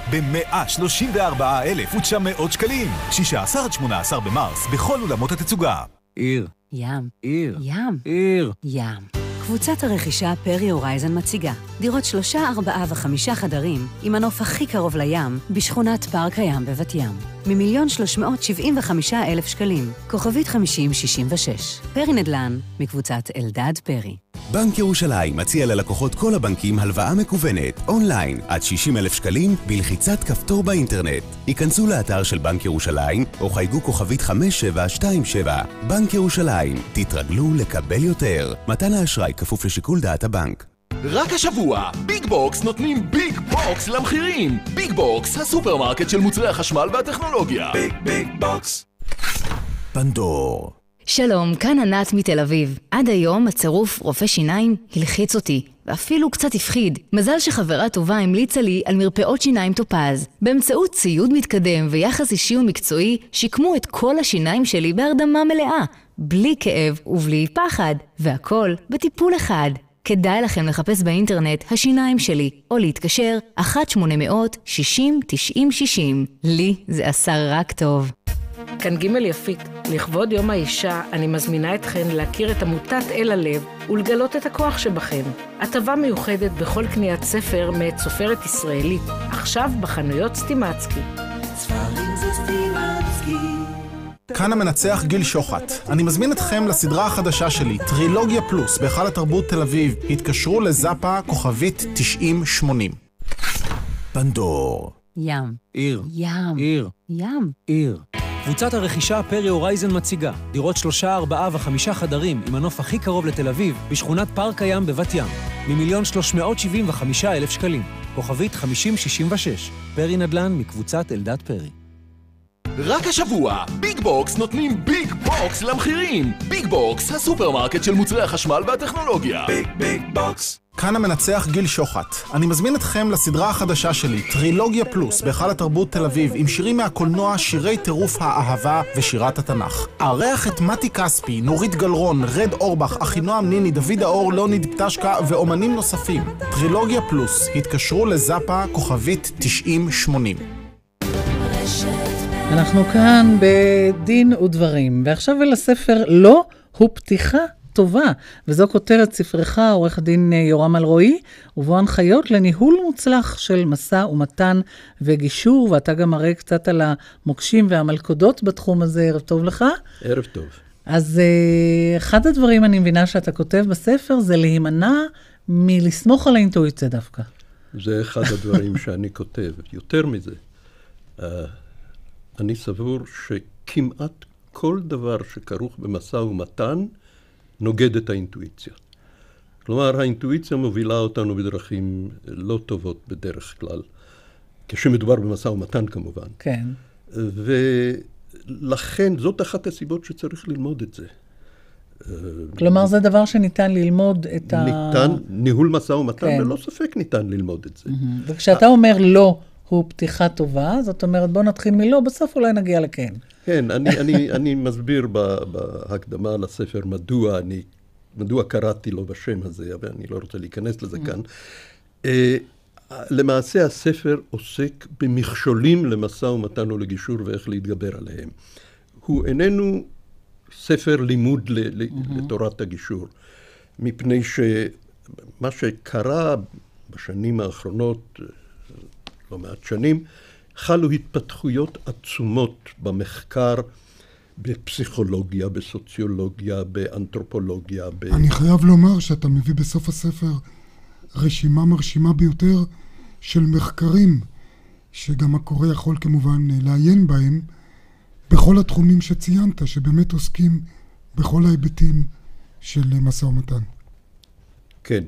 Speaker 15: ב-134,900 שקלים. 16 עד 18 במרס בכל אולמות התצוגה.
Speaker 25: עיר. ים. עיר. ים. עיר. ים. קבוצת הרכישה פרי הורייזן מציגה דירות 3, 4 ו5 חדרים עם הנוף הכי קרוב לים בשכונת פארק הים בבת ים. מ1,375,000 שקלים. כוכבית 5066. פרי נדל"ן מקבוצת אלדד פרי.
Speaker 2: בנק ירושלים מציע ללקוחות כל הבנקים הלוואה מקוונת, אונליין, עד 60,000 שקלים בלחיצת כפתור באינטרנט. היכנסו לאתר של בנק ירושלים או חייגו כוכבית 5727. בנק ירושלים, תתרגלו לקבל יותר. מתן האשראי כפוף לשיקול דעת הבנק.
Speaker 26: רק השבוע, ביג בוקס נותנים ביג בוקס למחירים. ביג בוקס, הסופרמרקט של מוצרי החשמל והטכנולוגיה. ביג בוקס.
Speaker 2: פנדור.
Speaker 27: שלום, כאן ענת מתל אביב. עד היום הצירוף רופא שיניים הלחיץ אותי, ואפילו קצת הפחיד. מזל שחברה טובה המליצה לי על מרפאות שיניים טופז. באמצעות ציוד מתקדם ויחס אישי ומקצועי, שיקמו את כל השיניים שלי בהרדמה מלאה, בלי כאב ובלי פחד, והכל בטיפול אחד. כדאי לכם לחפש באינטרנט השיניים שלי, או להתקשר 1-800-60-90-60. לי זה עשה רק טוב.
Speaker 14: כאן ג' יפית, לכבוד יום האישה אני מזמינה אתכן להכיר את עמותת אל הלב ולגלות את הכוח שבכן. הטבה מיוחדת בכל קניית ספר מאת סופרת ישראלית, עכשיו בחנויות סטימצקי.
Speaker 28: ספרים זה סטימצקי.
Speaker 3: כאן המנצח גיל שוחט. אני מזמין אתכם לסדרה החדשה שלי, טרילוגיה פלוס, בהיכל התרבות תל אביב. התקשרו לזאפה כוכבית 9080.
Speaker 13: פנדור.
Speaker 25: ים.
Speaker 5: עיר.
Speaker 25: ים.
Speaker 5: עיר.
Speaker 25: ים.
Speaker 5: עיר. קבוצת הרכישה פרי הורייזן מציגה דירות 3, 4 ו5 חדרים עם הנוף הכי קרוב לתל אביב בשכונת פארק הים בבת ים מ1,375,000 שקלים. כוכבית 5066. פרי נדל"ן מקבוצת אלדד פרי.
Speaker 26: רק השבוע, ביג בוקס נותנים ביג בוקס למחירים. ביג בוקס, הסופרמרקט של מוצרי החשמל והטכנולוגיה. ביג בוקס.
Speaker 3: כאן המנצח גיל שוחט. אני מזמין אתכם לסדרה החדשה שלי, טרילוגיה פלוס, בהיכל התרבות תל אביב, עם שירים מהקולנוע, שירי טירוף האהבה ושירת התנ"ך. ארח את מתי כספי, נורית גלרון, רד אורבך, אחינועם ניני, דוד האור, ליאוניד פטשקה ואומנים נוספים. טרילוגיה פלוס, התקשרו לזאפה כוכבית 9080.
Speaker 7: אנחנו כאן בדין ודברים, ועכשיו אל הספר לא הוא פתיחה טובה, וזו כותרת ספרך, עורך הדין יורם אלרועי, ובו הנחיות לניהול מוצלח של משא ומתן וגישור, ואתה גם מראה קצת על המוקשים והמלכודות בתחום הזה. ערב טוב לך.
Speaker 6: ערב טוב.
Speaker 7: אז אחד הדברים אני מבינה שאתה כותב בספר, זה להימנע מלסמוך על האינטואיציה דווקא.
Speaker 6: זה אחד הדברים שאני כותב. יותר מזה, אני סבור שכמעט כל דבר שכרוך במשא ומתן, נוגד את האינטואיציה. כלומר, האינטואיציה מובילה אותנו בדרכים לא טובות בדרך כלל, כשמדובר במשא ומתן כמובן.
Speaker 7: כן.
Speaker 6: ולכן, זאת אחת הסיבות שצריך ללמוד את זה.
Speaker 7: כלומר, זה דבר שניתן ללמוד את
Speaker 6: ניתן, ניהול משא ומתן, כן. ללא ספק ניתן ללמוד את זה.
Speaker 7: וכשאתה אומר לא, הוא פתיחה טובה, זאת אומרת, בוא נתחיל מלא, בסוף אולי נגיע לכן.
Speaker 6: כן, אני מסביר בהקדמה לספר מדוע קראתי לו בשם הזה, אבל אני לא רוצה להיכנס לזה כאן. למעשה הספר עוסק במכשולים למשא ומתן ולגישור ואיך להתגבר עליהם. הוא איננו ספר לימוד לתורת הגישור, מפני שמה שקרה בשנים האחרונות, לא מעט שנים, חלו התפתחויות עצומות במחקר, בפסיכולוגיה, בסוציולוגיה, באנתרופולוגיה.
Speaker 8: אני חייב לומר שאתה מביא בסוף הספר רשימה מרשימה ביותר של מחקרים, שגם הקורא יכול כמובן לעיין בהם, בכל התחומים שציינת, שבאמת עוסקים בכל ההיבטים של משא ומתן.
Speaker 6: כן.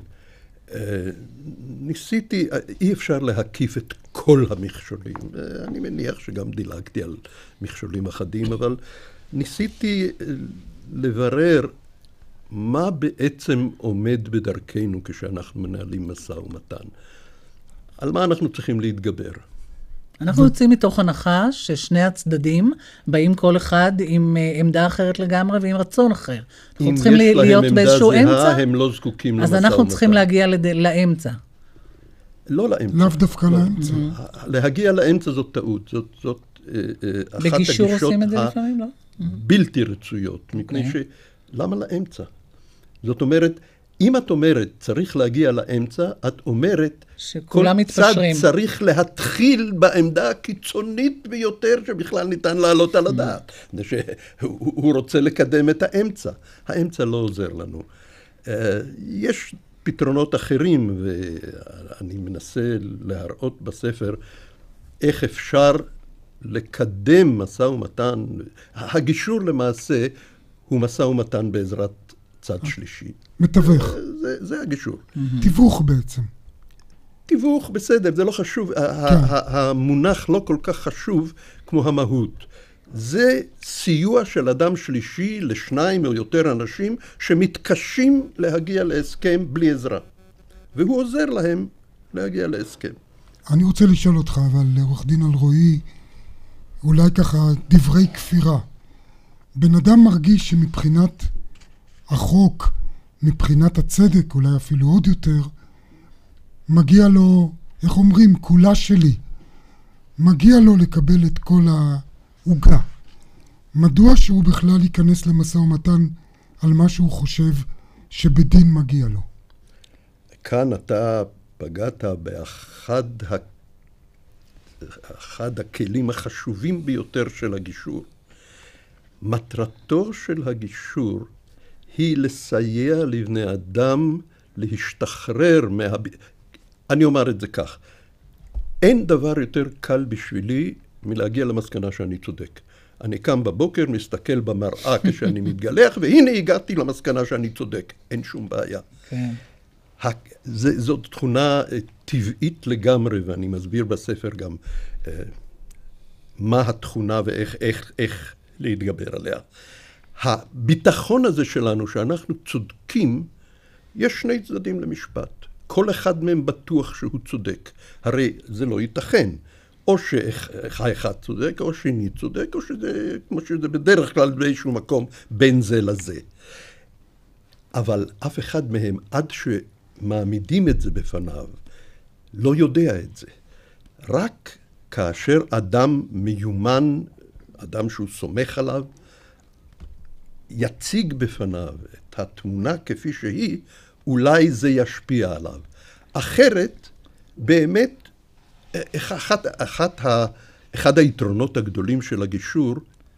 Speaker 6: ניסיתי, אי אפשר להקיף את כל המכשולים. אני מניח שגם דילגתי על מכשולים אחדים, אבל ניסיתי לברר מה בעצם עומד בדרכנו כשאנחנו מנהלים משא ומתן. על מה אנחנו צריכים להתגבר.
Speaker 7: אנחנו יוצאים מתוך הנחה ששני הצדדים באים כל אחד עם עמדה אחרת לגמרי ועם רצון אחר. אנחנו צריכים להיות באיזשהו אמצע. אם יש להם עמדה זהה,
Speaker 6: הם לא זקוקים למשא
Speaker 7: ומתן. אז אנחנו צריכים להגיע לאמצע.
Speaker 6: לא לאמצע.
Speaker 8: לאו דווקא לאמצע.
Speaker 6: להגיע לאמצע זאת טעות. זאת אחת
Speaker 7: בגישור עושים את זה לפעמים, לא?
Speaker 6: בלתי רצויות. מפני למה לאמצע? זאת אומרת, אם את אומרת צריך להגיע לאמצע, את אומרת כל צד צריך להתחיל בעמדה הקיצונית ביותר שבכלל ניתן לעלות על הדעת. שהוא רוצה לקדם את האמצע. האמצע לא עוזר לנו. יש פתרונות אחרים, ואני מנסה להראות בספר איך אפשר לקדם משא ומתן. הגישור למעשה הוא משא ומתן בעזרת צד שלישי.
Speaker 8: מתווך.
Speaker 6: זה הגישור.
Speaker 8: תיווך בעצם.
Speaker 6: תיווך, בסדר, זה לא חשוב. המונח לא כל כך חשוב כמו המהות. זה סיוע של אדם שלישי לשניים או יותר אנשים שמתקשים להגיע להסכם בלי עזרה. והוא עוזר להם להגיע להסכם.
Speaker 8: אני רוצה לשאול אותך, אבל עורך דין אלרועי, אולי ככה דברי כפירה. בן אדם מרגיש שמבחינת החוק, מבחינת הצדק, אולי אפילו עוד יותר, מגיע לו, איך אומרים, כולה שלי. מגיע לו לקבל את כל העוגה. מדוע שהוא בכלל ייכנס למשא ומתן על מה שהוא חושב שבדין מגיע לו?
Speaker 6: כאן אתה פגעת באחד הכלים החשובים ביותר של הגישור. מטרתו של הגישור היא לסייע לבני אדם להשתחרר אני אומר את זה כך, אין דבר יותר קל בשבילי מלהגיע למסקנה שאני צודק. אני קם בבוקר, מסתכל במראה כשאני מתגלח, והנה הגעתי למסקנה שאני צודק. אין שום בעיה. כן. זאת תכונה טבעית לגמרי, ואני מסביר בספר גם מה התכונה ואיך להתגבר עליה. הביטחון הזה שלנו, שאנחנו צודקים, יש שני צדדים למשפט. כל אחד מהם בטוח שהוא צודק. הרי זה לא ייתכן. או שאחד צודק, או שני צודק, או שזה, כמו שזה בדרך כלל באיזשהו מקום, בין זה לזה. אבל אף אחד מהם, עד שמעמידים את זה בפניו, לא יודע את זה. רק כאשר אדם מיומן, אדם שהוא סומך עליו, יציג בפניו את התמונה כפי שהיא, אולי זה ישפיע עליו. אחרת, באמת, אחד היתרונות הגדולים של הגישור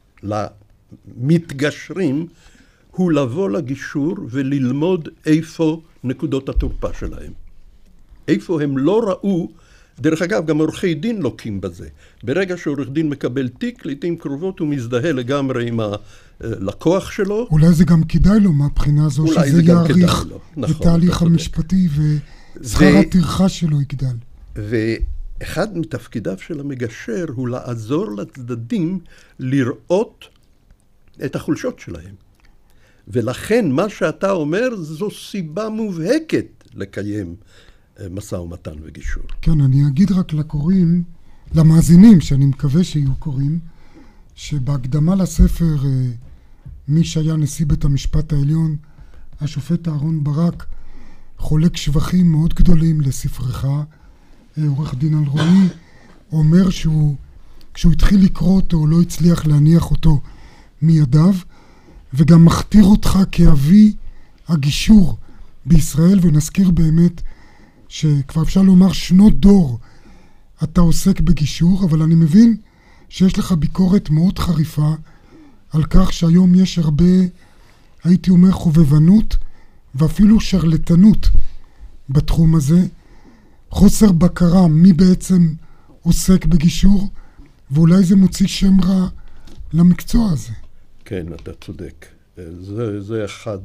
Speaker 6: למתגשרים, הוא לבוא לגישור וללמוד איפה נקודות התורפה שלהם. איפה הם לא ראו, דרך אגב, גם עורכי דין לוקים בזה. ברגע שעורך דין מקבל תיק, לעתים קרובות הוא מזדהה לגמרי עם הלקוח שלו.
Speaker 8: אולי זה גם כדאי לו מהבחינה הזו, שזה יעריך את ההליך המשפטי, ושכר הטרחה שלו יגדל.
Speaker 6: ואחד מתפקידיו של המגשר הוא לעזור לצדדים לראות את החולשות שלהם. ולכן מה שאתה אומר זו סיבה מובהקת לקיים משא ומתן וגישור.
Speaker 8: כן, אני אגיד רק לקוראים, למאזינים, שאני מקווה שיהיו קוראים, שבהקדמה לספר מי שהיה נשיא בית המשפט העליון, השופט אהרון ברק, חולק שבחים מאוד גדולים לספרך. עורך דין אלרועי אומר כשהוא התחיל לקרוא אותו, הוא לא הצליח להניח אותו מידיו, וגם מכתיר אותך כאבי הגישור בישראל, ונזכיר באמת שכבר אפשר לומר שנות דור אתה עוסק בגישור, אבל אני מבין שיש לך ביקורת מאוד חריפה על כך שהיום יש הרבה, הייתי אומר, חובבנות ואפילו שרלטנות בתחום הזה, חוסר בקרה מי בעצם עוסק בגישור, ואולי זה מוציא שם רע למקצוע הזה.
Speaker 6: כן, אתה צודק. זה אחד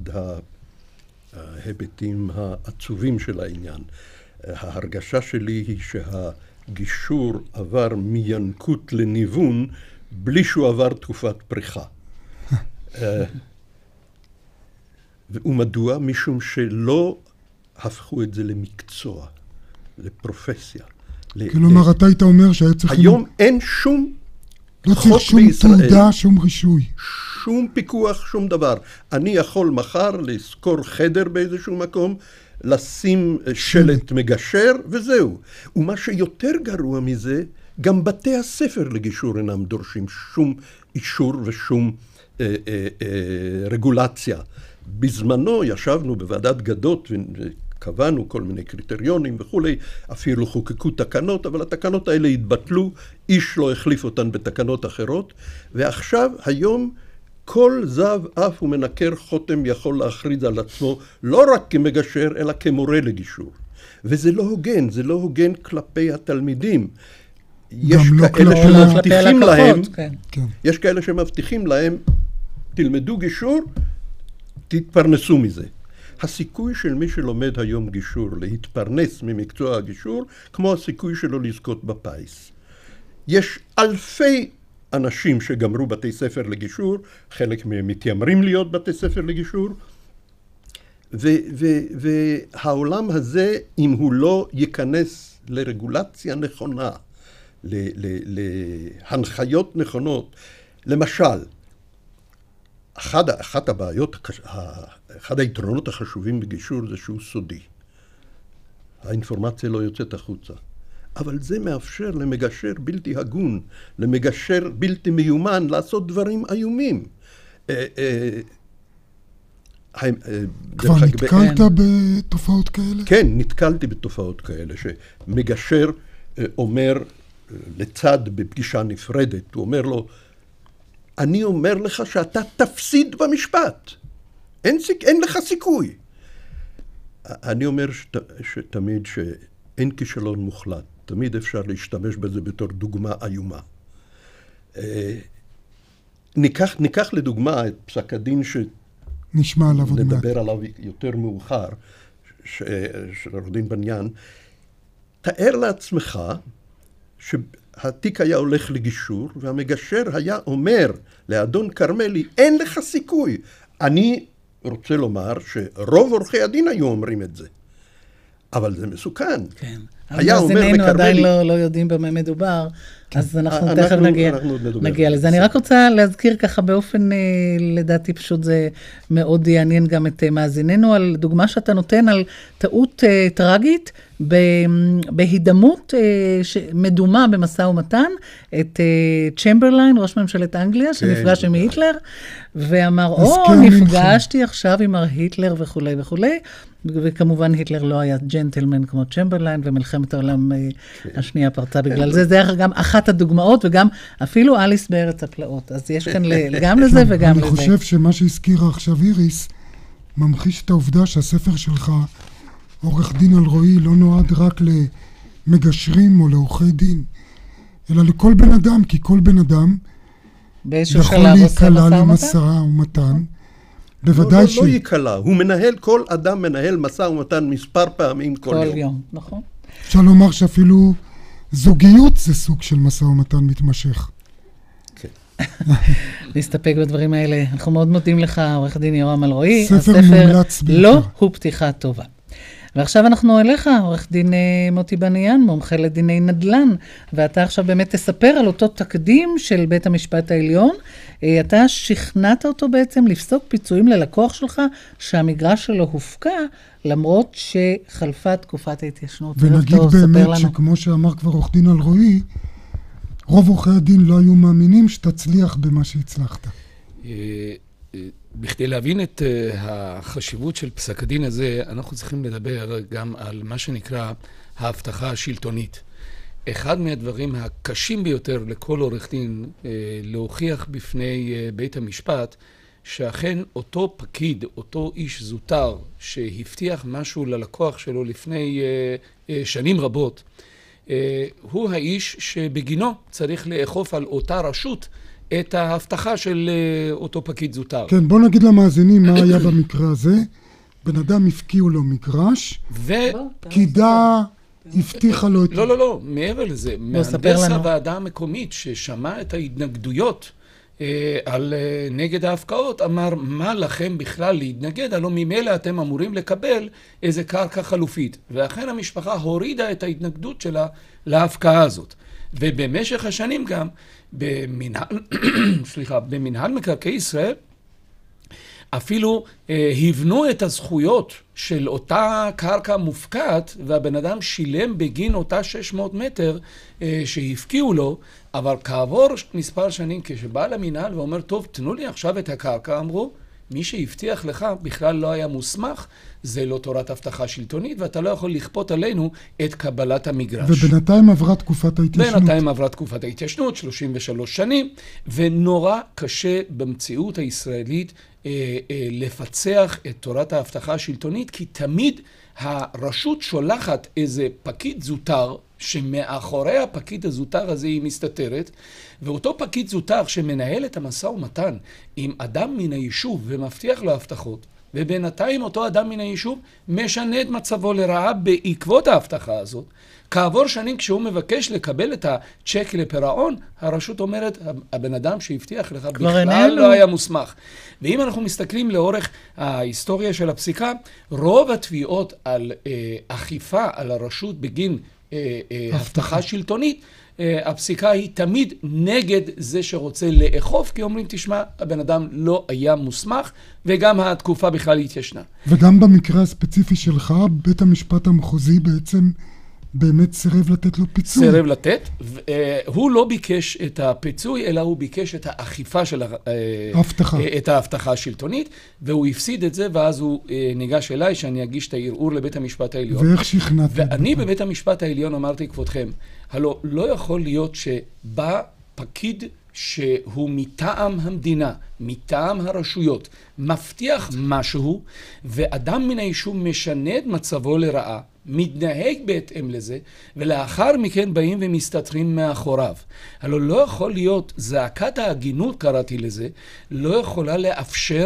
Speaker 6: ההיבטים העצובים של העניין. ההרגשה שלי היא שהגישור עבר מינקות לניוון בלי שהוא עבר תקופת פריחה. ומדוע? משום שלא הפכו את זה למקצוע, לפרופסיה.
Speaker 8: כלומר, אתה היית אומר שהיה צריך...
Speaker 6: היום אין שום
Speaker 8: לא צריך שום תעודה, שום רישוי.
Speaker 6: שום פיקוח, שום דבר. אני יכול מחר לזכור חדר באיזשהו מקום, לשים שלט מגשר, וזהו. ומה שיותר גרוע מזה, גם בתי הספר לגישור אינם דורשים שום אישור ושום רגולציה. בזמנו ישבנו בוועדת גדות וקבענו כל מיני קריטריונים וכולי, אפילו חוקקו תקנות, אבל התקנות האלה התבטלו, איש לא החליף אותן בתקנות אחרות, ועכשיו, היום, כל זב אף ומנקר חותם יכול להכריז על עצמו, לא רק כמגשר, אלא כמורה לגישור. וזה לא הוגן, זה לא הוגן כלפי התלמידים. יש כאלה שמבטיחים להם, יש כאלה שמבטיחים להם, תלמדו גישור, תתפרנסו מזה. הסיכוי של מי שלומד היום גישור להתפרנס ממקצוע הגישור, כמו הסיכוי שלו לזכות בפיס. יש אלפי אנשים שגמרו בתי ספר לגישור, חלק מהם מתיימרים להיות בתי ספר לגישור, והעולם הזה, אם הוא לא ייכנס לרגולציה נכונה, להנחיות נכונות, למשל, אחת הבעיות, אחד היתרונות החשובים בגישור זה שהוא סודי. האינפורמציה לא יוצאת החוצה. אבל זה מאפשר למגשר בלתי הגון, למגשר בלתי מיומן, לעשות דברים איומים.
Speaker 8: כבר נתקלת בתופעות כאלה?
Speaker 6: כן, נתקלתי בתופעות כאלה, שמגשר אומר לצד בפגישה נפרדת, הוא אומר לו, אני אומר לך שאתה תפסיד במשפט. אין לך סיכוי. אני אומר שתמיד שאין כישלון מוחלט. תמיד אפשר להשתמש בזה בתור דוגמה איומה. ניקח לדוגמה את פסק הדין
Speaker 8: נשמע עליו עוד מעט.
Speaker 6: נדבר עליו יותר מאוחר, של עורך דין בניין. תאר לעצמך שהתיק היה הולך לגישור, והמגשר היה אומר לאדון קרמלי, אין לך סיכוי. אני רוצה לומר שרוב עורכי הדין היו אומרים את זה. אבל זה מסוכן.
Speaker 7: כן. היה אומר לקרמלי... עדיין לא יודעים במה מדובר, אז אנחנו תכף נגיע לזה. אני רק רוצה להזכיר ככה באופן, לדעתי פשוט זה מאוד יעניין גם את מאזיננו, על דוגמה שאתה נותן על טעות טרגית, בהידמות מדומה במשא ומתן, את צ'מברליין, ראש ממשלת אנגליה, שנפגש עם היטלר, ואמר, נפגשתי עכשיו עם היטלר וכו' וכו', וכמובן היטלר לא היה ג'נטלמן כמו צ'מברליין, ומלחמת העולם השנייה פרצה בגלל זה. זה גם אחת הדוגמאות, וגם אפילו אליס בארץ הפלאות. אז יש כאן גם לזה וגם לזה.
Speaker 8: אני חושב שמה שהזכירה עכשיו איריס, ממחיש את העובדה שהספר שלך, עורך דין אלרועי, לא נועד רק למגשרים או לעורכי דין, אלא לכל בן אדם, כי כל בן אדם יכול להיקלע למשא ומתן. בוודאי
Speaker 6: לא ייקלע, כל אדם מנהל משא ומתן מספר פעמים כל יום.
Speaker 7: נכון.
Speaker 8: אפשר לומר שאפילו זוגיות זה סוג של משא ומתן מתמשך.
Speaker 6: כן.
Speaker 7: להסתפק בדברים האלה. אנחנו מאוד מודים לך, עורך דין יורם אלרועי.
Speaker 8: ספר מומלץ בעיקר.
Speaker 7: לא הוא פתיחה טובה. ועכשיו אנחנו אליך, עורך דין מוטי בניאן, מומחה לדיני נדל"ן, ואתה עכשיו באמת תספר על אותו תקדים של בית המשפט העליון. אתה שכנעת אותו בעצם לפסוק פיצויים ללקוח שלך, שהמגרש שלו הופקע, למרות שחלפה תקופת ההתיישנות.
Speaker 8: ונגיד באמת שכמו שאמר כבר עורך דין אלרועי, רוב עורכי הדין לא היו מאמינים שתצליח במה שהצלחת.
Speaker 9: בכדי להבין את החשיבות של פסק הדין הזה, אנחנו צריכים לדבר גם על מה שנקרא ההבטחה השלטונית. אחד מהדברים הקשים ביותר לכל עורך דין להוכיח בפני בית המשפט, שאכן אותו פקיד, אותו איש זוטר שהבטיח משהו ללקוח שלו לפני שנים רבות, הוא האיש שבגינו צריך לאכוף על אותה רשות את ההבטחה של אותו פקיד זוטר.
Speaker 8: כן, בוא נגיד למאזינים מה היה במקרה הזה. בן אדם הפקיעו לו מגרש, פקידה הבטיחה לו את...
Speaker 9: לא, מעבר לזה. מהנדס הוועדה המקומית ששמע את ההתנגדויות על נגד ההפקעות, אמר, מה לכם בכלל להתנגד? הלא ממילא אתם אמורים לקבל איזה קרקע חלופית. ואכן המשפחה הורידה את ההתנגדות שלה להפקעה הזאת. ובמשך השנים גם, במנהל מקרקעי ישראל, אפילו הבנו את הזכויות של אותה קרקע מופקעת, והבן אדם שילם בגין אותה 600 מטר שהפקיעו לו, אבל כעבור מספר שנים כשבא למנהל ואומר, טוב, תנו לי עכשיו את הקרקע, אמרו, מי שהבטיח לך בכלל לא היה מוסמך, זה לא תורת הבטחה שלטונית, ואתה לא יכול לכפות עלינו את קבלת המגרש.
Speaker 8: ובינתיים עברה תקופת ההתיישנות.
Speaker 9: בינתיים עברה תקופת ההתיישנות, 33 שנים, ונורא קשה במציאות הישראלית לפצח את תורת ההבטחה השלטונית, כי תמיד הרשות שולחת איזה פקיד זוטר, שמאחורי הפקיד הזוטר הזה היא מסתתרת, ואותו פקיד זוטר שמנהל את המשא ומתן עם אדם מן היישוב ומבטיח לו הבטחות, ובינתיים אותו אדם מן היישוב משנה את מצבו לרעה בעקבות ההבטחה הזאת. כעבור שנים כשהוא מבקש לקבל את הצ'ק לפירעון, הרשות אומרת, הבן אדם שהבטיח לך בכלל לא היה מוסמך. ואם אנחנו מסתכלים לאורך ההיסטוריה של הפסיקה, רוב התביעות על אכיפה על הרשות בגין הבטחה שלטונית, הפסיקה היא תמיד נגד זה שרוצה לאכוף, כי אומרים, תשמע, הבן אדם לא היה מוסמך, וגם התקופה בכלל התיישנה.
Speaker 8: וגם במקרה הספציפי שלך, בית המשפט המחוזי בעצם באמת סירב לתת לו פיצוי.
Speaker 9: סירב לתת, הוא לא ביקש את הפיצוי, אלא הוא ביקש את האכיפה של את ההבטחה השלטונית, והוא הפסיד את זה, ואז הוא ניגש אליי שאני אגיש את הערעור לבית המשפט העליון.
Speaker 8: ואיך שכנעת?
Speaker 9: ואני בבית המשפט העליון אמרתי, כבודכם, הלא לא יכול להיות שבא פקיד שהוא מטעם המדינה, מטעם הרשויות, מבטיח משהו, ואדם מן היישוב משנה את מצבו לרעה, מתנהג בהתאם לזה, ולאחר מכן באים ומסתתרים מאחוריו. הלא לא יכול להיות, זעקת ההגינות קראתי לזה, לא יכולה לאפשר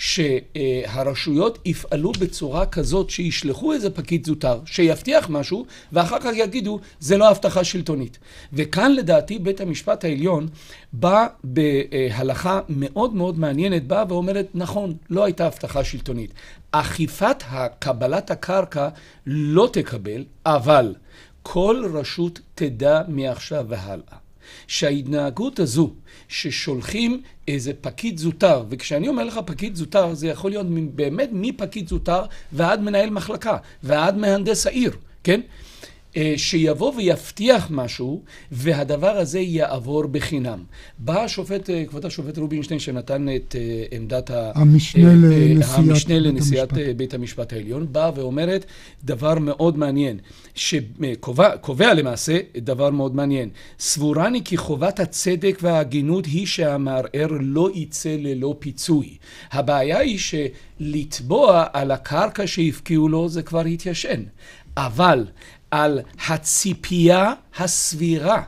Speaker 9: שהרשויות יפעלו בצורה כזאת שישלחו איזה פקיד זוטר, שיבטיח משהו, ואחר כך יגידו, זה לא הבטחה שלטונית. וכאן לדעתי בית המשפט העליון בא בהלכה מאוד מאוד מעניינת, בא ואומרת, נכון, לא הייתה הבטחה שלטונית. אכיפת קבלת הקרקע לא תקבל, אבל כל רשות תדע מעכשיו והלאה שההתנהגות הזו ששולחים איזה פקיד זוטר, וכשאני אומר לך פקיד זוטר זה יכול להיות באמת מפקיד זוטר ועד מנהל מחלקה ועד מהנדס העיר, כן? שיבוא ויבטיח משהו, והדבר הזה יעבור בחינם. בא השופט, כבוד השופט רובינשטיין, שנתן את עמדת המשנה לנשיאת בית המשפט העליון, בא ואומרת דבר מאוד מעניין, שקובע למעשה דבר מאוד מעניין. סבורני כי חובת הצדק וההגינות היא שהמערער לא יצא ללא פיצוי. הבעיה היא שלתבוע על הקרקע שהפקיעו לו זה כבר התיישן. אבל על הציפייה הסבירה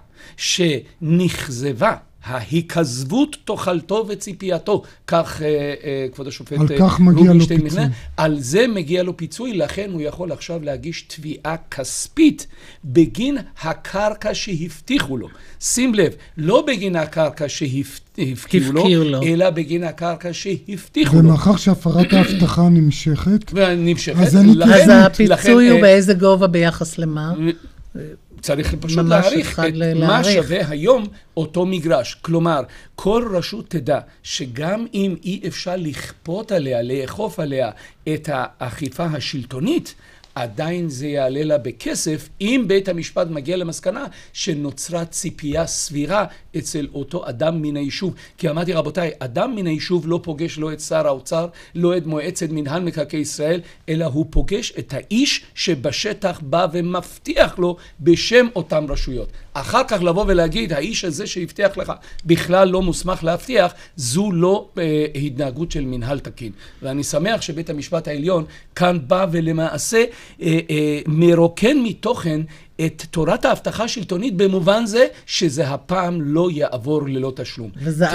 Speaker 9: שנחזבה, ההיקזבות תאכלתו וציפייתו, כך כבוד השופט רובינשטיין, על זה מגיע לו פיצוי, לכן הוא יכול עכשיו להגיש תביעה כספית בגין הקרקע שהבטיחו לו. שים לב, לא בגין הקרקע שהפקיעו לו, אלא בגין הקרקע שהבטיחו לו.
Speaker 8: ומאחר שהפרת ההבטחה נמשכת,
Speaker 7: אז הפיצוי הוא באיזה גובה ביחס למה?
Speaker 9: צריך פשוט להעריך את מה שווה היום אותו מגרש. כלומר, כל רשות תדע שגם אם אי אפשר לכפות עליה, לאכוף עליה את האכיפה השלטונית, עדיין זה יעלה לה בכסף, אם בית המשפט מגיע למסקנה שנוצרה ציפייה סבירה אצל אותו אדם מן היישוב. כי אמרתי, רבותיי, אדם מן היישוב לא פוגש לא את שר האוצר, לא את מועצת מינהל מקרקעי ישראל, אלא הוא פוגש את האיש שבשטח בא ומבטיח לו בשם אותם רשויות. אחר כך לבוא ולהגיד, האיש הזה שהבטיח לך בכלל לא מוסמך להבטיח, זו לא התנהגות של מנהל תקין. ואני שמח שבית המשפט העליון כאן בא ולמעשה מרוקן מתוכן את תורת ההבטחה השלטונית במובן זה שזה הפעם לא יעבור ללא תשלום.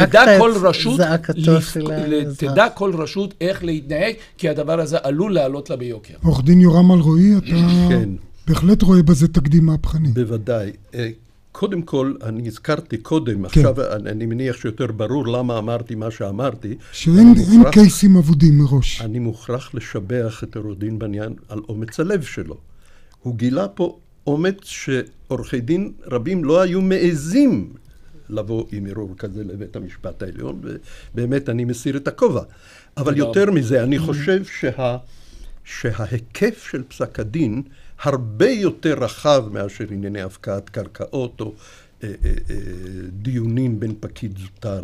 Speaker 9: תדע כל רשות איך להתנהג, כי הדבר הזה עלול לעלות לה ביוקר.
Speaker 8: עורך דין יורם אלרועי, אתה בהחלט רואה בזה תקדים מהפכני.
Speaker 6: בוודאי. קודם כל, אני הזכרתי קודם, עכשיו אני מניח שיותר ברור למה אמרתי מה שאמרתי.
Speaker 8: שאין קייסים עבודים מראש.
Speaker 6: אני מוכרח לשבח את עורך דין בניאן על אומץ הלב שלו. הוא גילה פה אומץ שעורכי דין רבים לא היו מעזים לבוא עם ערעור כזה לבית המשפט העליון, ובאמת אני מסיר את הכובע. אבל יותר מזה, אני חושב שההיקף של פסק הדין הרבה יותר רחב מאשר ענייני הפקעת קרקעות או דיונים בין פקיד זוטר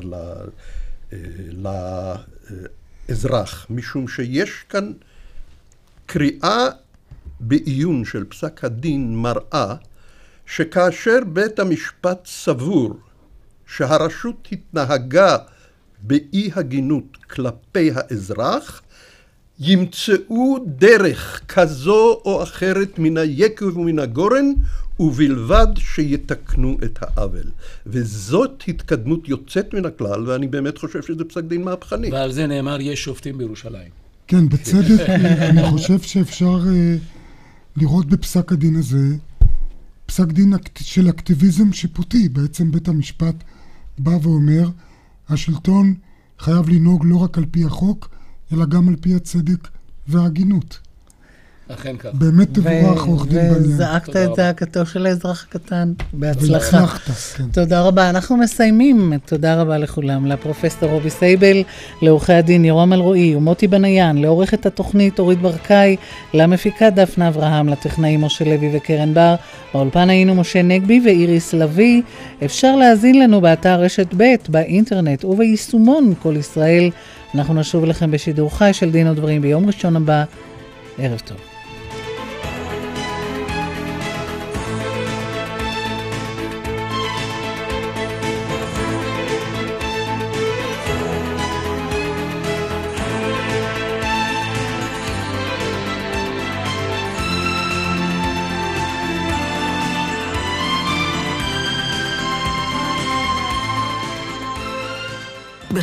Speaker 6: לאזרח, משום שיש כאן קריאה בעיון של פסק הדין מראה שכאשר בית המשפט סבור שהרשות התנהגה באי הגינות כלפי האזרח, ימצאו דרך כזו או אחרת מן היקב ומן הגורן, ובלבד שיתקנו את העוול. וזאת התקדמות יוצאת מן הכלל, ואני באמת חושב שזה פסק דין מהפכני.
Speaker 9: ועל זה נאמר, יש שופטים בירושלים.
Speaker 8: כן, בצדק, אני חושב שאפשר לראות בפסק הדין הזה, פסק דין של אקטיביזם שיפוטי. בעצם בית המשפט בא ואומר, השלטון חייב לנהוג לא רק על פי החוק, אלא גם על פי הצדק וההגינות.
Speaker 9: אכן כך.
Speaker 8: באמת תבורך עורך דין בניאן.
Speaker 7: וזעקת את זעקתו של האזרח הקטן. בהצלחה.
Speaker 8: והצלחת, כן.
Speaker 7: תודה רבה. אנחנו מסיימים. תודה רבה לכולם. לפרופסור רובי סייבל, לעורכי הדין יורם אלרועי ומוטי בניאן, לעורכת התוכנית אורית ברקאי, למפיקה דפנה אברהם, לטכנאים משה לוי וקרן בר. באולפן היינו משה נגבי ואיריס לוי. אפשר להזין לנו באתר רשת ב', באינטרנט וביישומון כל ישראל. אנחנו נשוב לכם בשידור חי של דין ודברים ביום ראשון הבא. ערב טוב.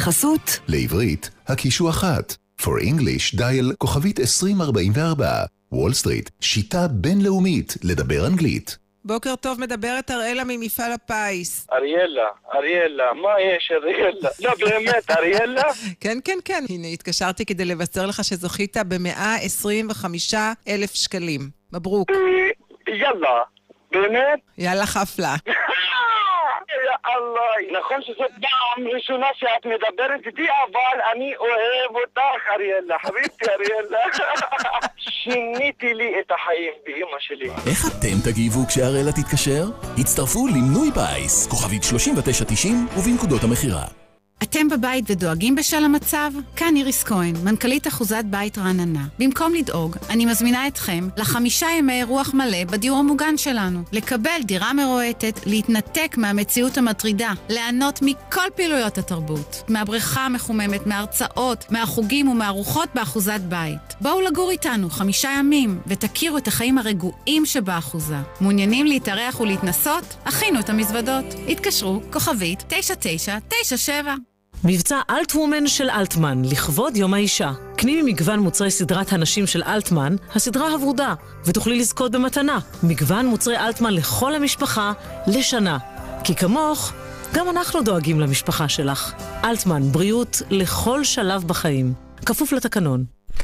Speaker 25: בחסות
Speaker 10: לעברית, הקישו 1. For English, דייל כוכבית 2044. וול סטריט, שיטה בינלאומית לדבר אנגלית.
Speaker 11: בוקר טוב, מדברת אריאלה ממפעל הפיס.
Speaker 17: אריאלה, מה יש אריאלה? לא, באמת, אריאלה?
Speaker 11: כן. הנה, התקשרתי כדי לבשר לך שזוכית ב125,000 שקלים. מברוק.
Speaker 17: יאללה, באמת?
Speaker 11: יאללה חפלה.
Speaker 17: יא אללה, נכון שזאת פעם ראשונה שאת מדברת איתי, אבל אני אוהב אותך, אריאלה, חביבתי אריאלה. שיניתי לי את החיים באמא שלי.
Speaker 26: איך אתם תגיבו כשאריאלה תתקשר? הצטרפו למנוי בייס, כוכבית 3990 ובנקודות המחירה.
Speaker 18: אתם בבית ודואגים בשל המצב? כאן איריס כהן, מנכ"לית אחוזת בית רעננה. במקום לדאוג, אני מזמינה אתכם ל5 ימי רוח מלא בדיור המוגן שלנו. לקבל דירה מרועטת, להתנתק מהמציאות המטרידה, ליהנות מכל פעילויות התרבות, מהבריכה המחוממת, מההרצאות, מהחוגים ומהרוחות באחוזת בית. בואו לגור איתנו 5 ימים ותכירו את החיים הרגועים שבאחוזה. מעוניינים להתארח ולהתנסות? הכינו את המזוודות. התקשרו כוכבית 9997.
Speaker 19: מבצע אלטוומן של אלטמן, לכבוד יום האישה. קני ממגוון מוצרי סדרת הנשים של אלטמן, הסדרה הוורודה, ותוכלי לזכות במתנה. מגוון מוצרי אלטמן לכל המשפחה, לשנה. כי כמוך, גם אנחנו דואגים למשפחה שלך. אלטמן, בריאות לכל שלב בחיים. כפוף לתקנון.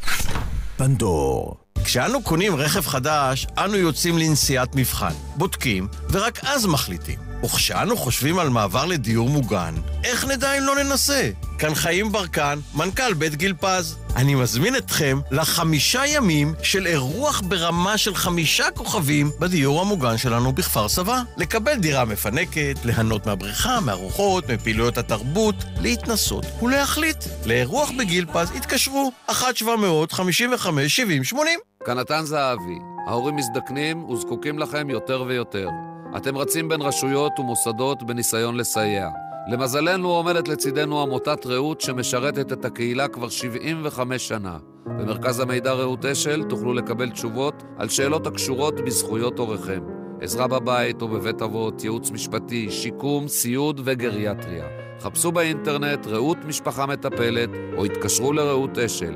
Speaker 20: פנדור. כשאנו קונים רכב חדש, אנו יוצאים לנסיעת מבחן, בודקים, ורק אז מחליטים. וכשאנו חושבים על מעבר לדיור מוגן, איך נדע אם לא ננסה? כאן חיים ברקן, מנכ"ל בית גיל פז. אני מזמין אתכם ל5 ימים של אירוח ברמה של 5 כוכבים בדיור המוגן שלנו בכפר סבא. לקבל דירה מפנקת, ליהנות מהבריכה, מהרוחות, מפעילויות התרבות, להתנסות ולהחליט. לאירוח בגיל פז התקשרו 1-755-70-80.
Speaker 21: כאן נתן זהבי. ההורים מזדקנים וזקוקים לכם יותר ויותר. אתם רצים בין רשויות ומוסדות בניסיון לסייע. למזלנו עומדת לצידנו עמותת רעות שמשרתת את הקהילה כבר 75 שנה. במרכז המידע רעות אשל תוכלו לקבל תשובות על שאלות הקשורות בזכויות הוריכם. עזרה בבית או בבית אבות, ייעוץ משפטי, שיקום, סיוד וגריאטריה. חפשו באינטרנט רעות משפחה מטפלת או התקשרו לרעות אשל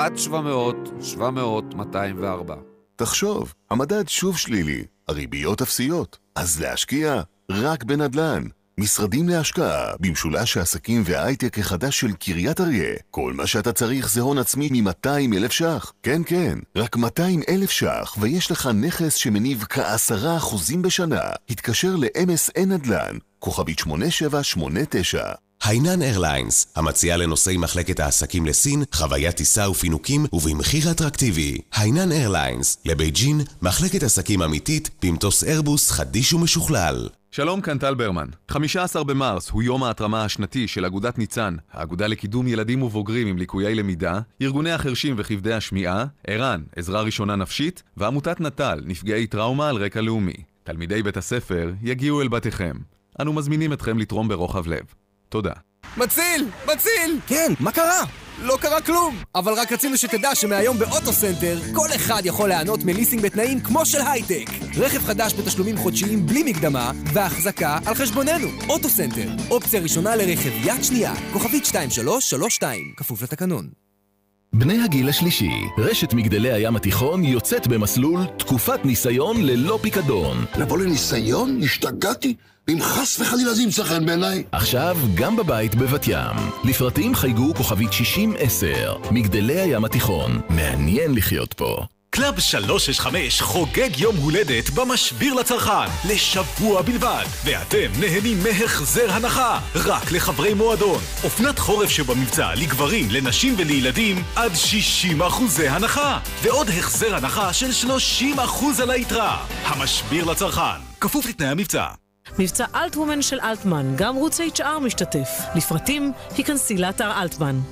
Speaker 21: 1-700-700-204.
Speaker 10: תחשוב, המדד שוב שלילי, הריביות אפסיות. אז להשקיע רק בנדל"ן. משרדים להשקעה במשולש העסקים וההייטק החדש של קריית אריה. כל מה שאתה צריך זה הון עצמי מ-200,000 ש"ח. כן, רק 200,000 ש"ח ויש לך נכס שמניב כ10% בשנה. התקשר ל-MSN נדל"ן, כוכבית 8789.
Speaker 2: היינן איירליינס, המציעה לנוסעי מחלקת העסקים לסין, חוויית טיסה ופינוקים ובמחיר אטרקטיבי. היינן איירליינס, לבייג'ין, מחלקת עסקים אמיתית, במטוס איירבוס חדיש ומשוכלל.
Speaker 28: שלום, כאן טל ברמן. 15 במרס הוא יום ההתרמה השנתי של אגודת ניצן, האגודה לקידום ילדים ובוגרים עם ליקויי למידה, ארגוני החרשים וכבדי השמיעה, ערן, עזרה ראשונה נפשית, ועמותת נטל, נפגעי טראומה על רקע לאומי. תלמידי בית הספר יגיעו אל בתיכם. אנו מזמינים אתכם לתרום ברוחב לב. תודה.
Speaker 16: מציל! כן, מה קרה? לא קרה כלום! אבל רק רצינו שתדע שמהיום באוטוסנטר כל אחד יכול ליהנות מליסינג בתנאים כמו של הייטק. רכב חדש בתשלומים חודשיים בלי מקדמה והחזקה על חשבוננו. אוטוסנטר, אופציה ראשונה לרכב יד שנייה, כוכבית 2332, כפוף לתקנון.
Speaker 26: בני הגיל השלישי, רשת מגדלי הים התיכון יוצאת במסלול תקופת ניסיון ללא פיקדון.
Speaker 29: לבוא לניסיון? השתגעתי? אם חס וחלילה זה ימצא חן בעיניי.
Speaker 26: עכשיו גם בבית בבת ים. לפרטים חייגו כוכבית 6010. מגדלי הים התיכון, מעניין לחיות פה.
Speaker 15: קלאב 365 חוגג יום הולדת במשביר לצרכן לשבוע בלבד, ואתם נהנים מהחזר הנחה רק לחברי מועדון. אופנת חורף שבמבצע לגברים, לנשים ולילדים עד 60% הנחה, ועוד החזר הנחה של 30% על היתרה. המשביר לצרכן, כפוף לתנאי המבצע.
Speaker 19: מבצע אלטוומן של אלטמן, גם רוץ HR משתתף. לפרטים, היכנסי לאתר אלטמן.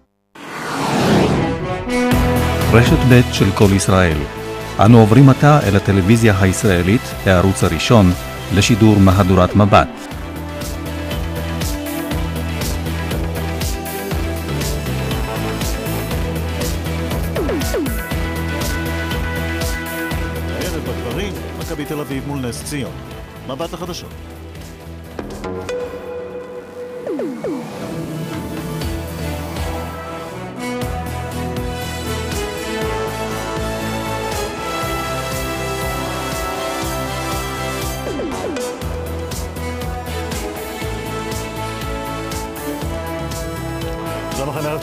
Speaker 30: רשת ב' של כל ישראל. אנו עוברים עתה אל הטלוויזיה הישראלית, הערוץ הראשון, לשידור מהדורת מבט.
Speaker 31: הערב בגברים, מכבי תל אביב מול נס ציון. מבט לחדשות.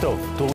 Speaker 26: טוב.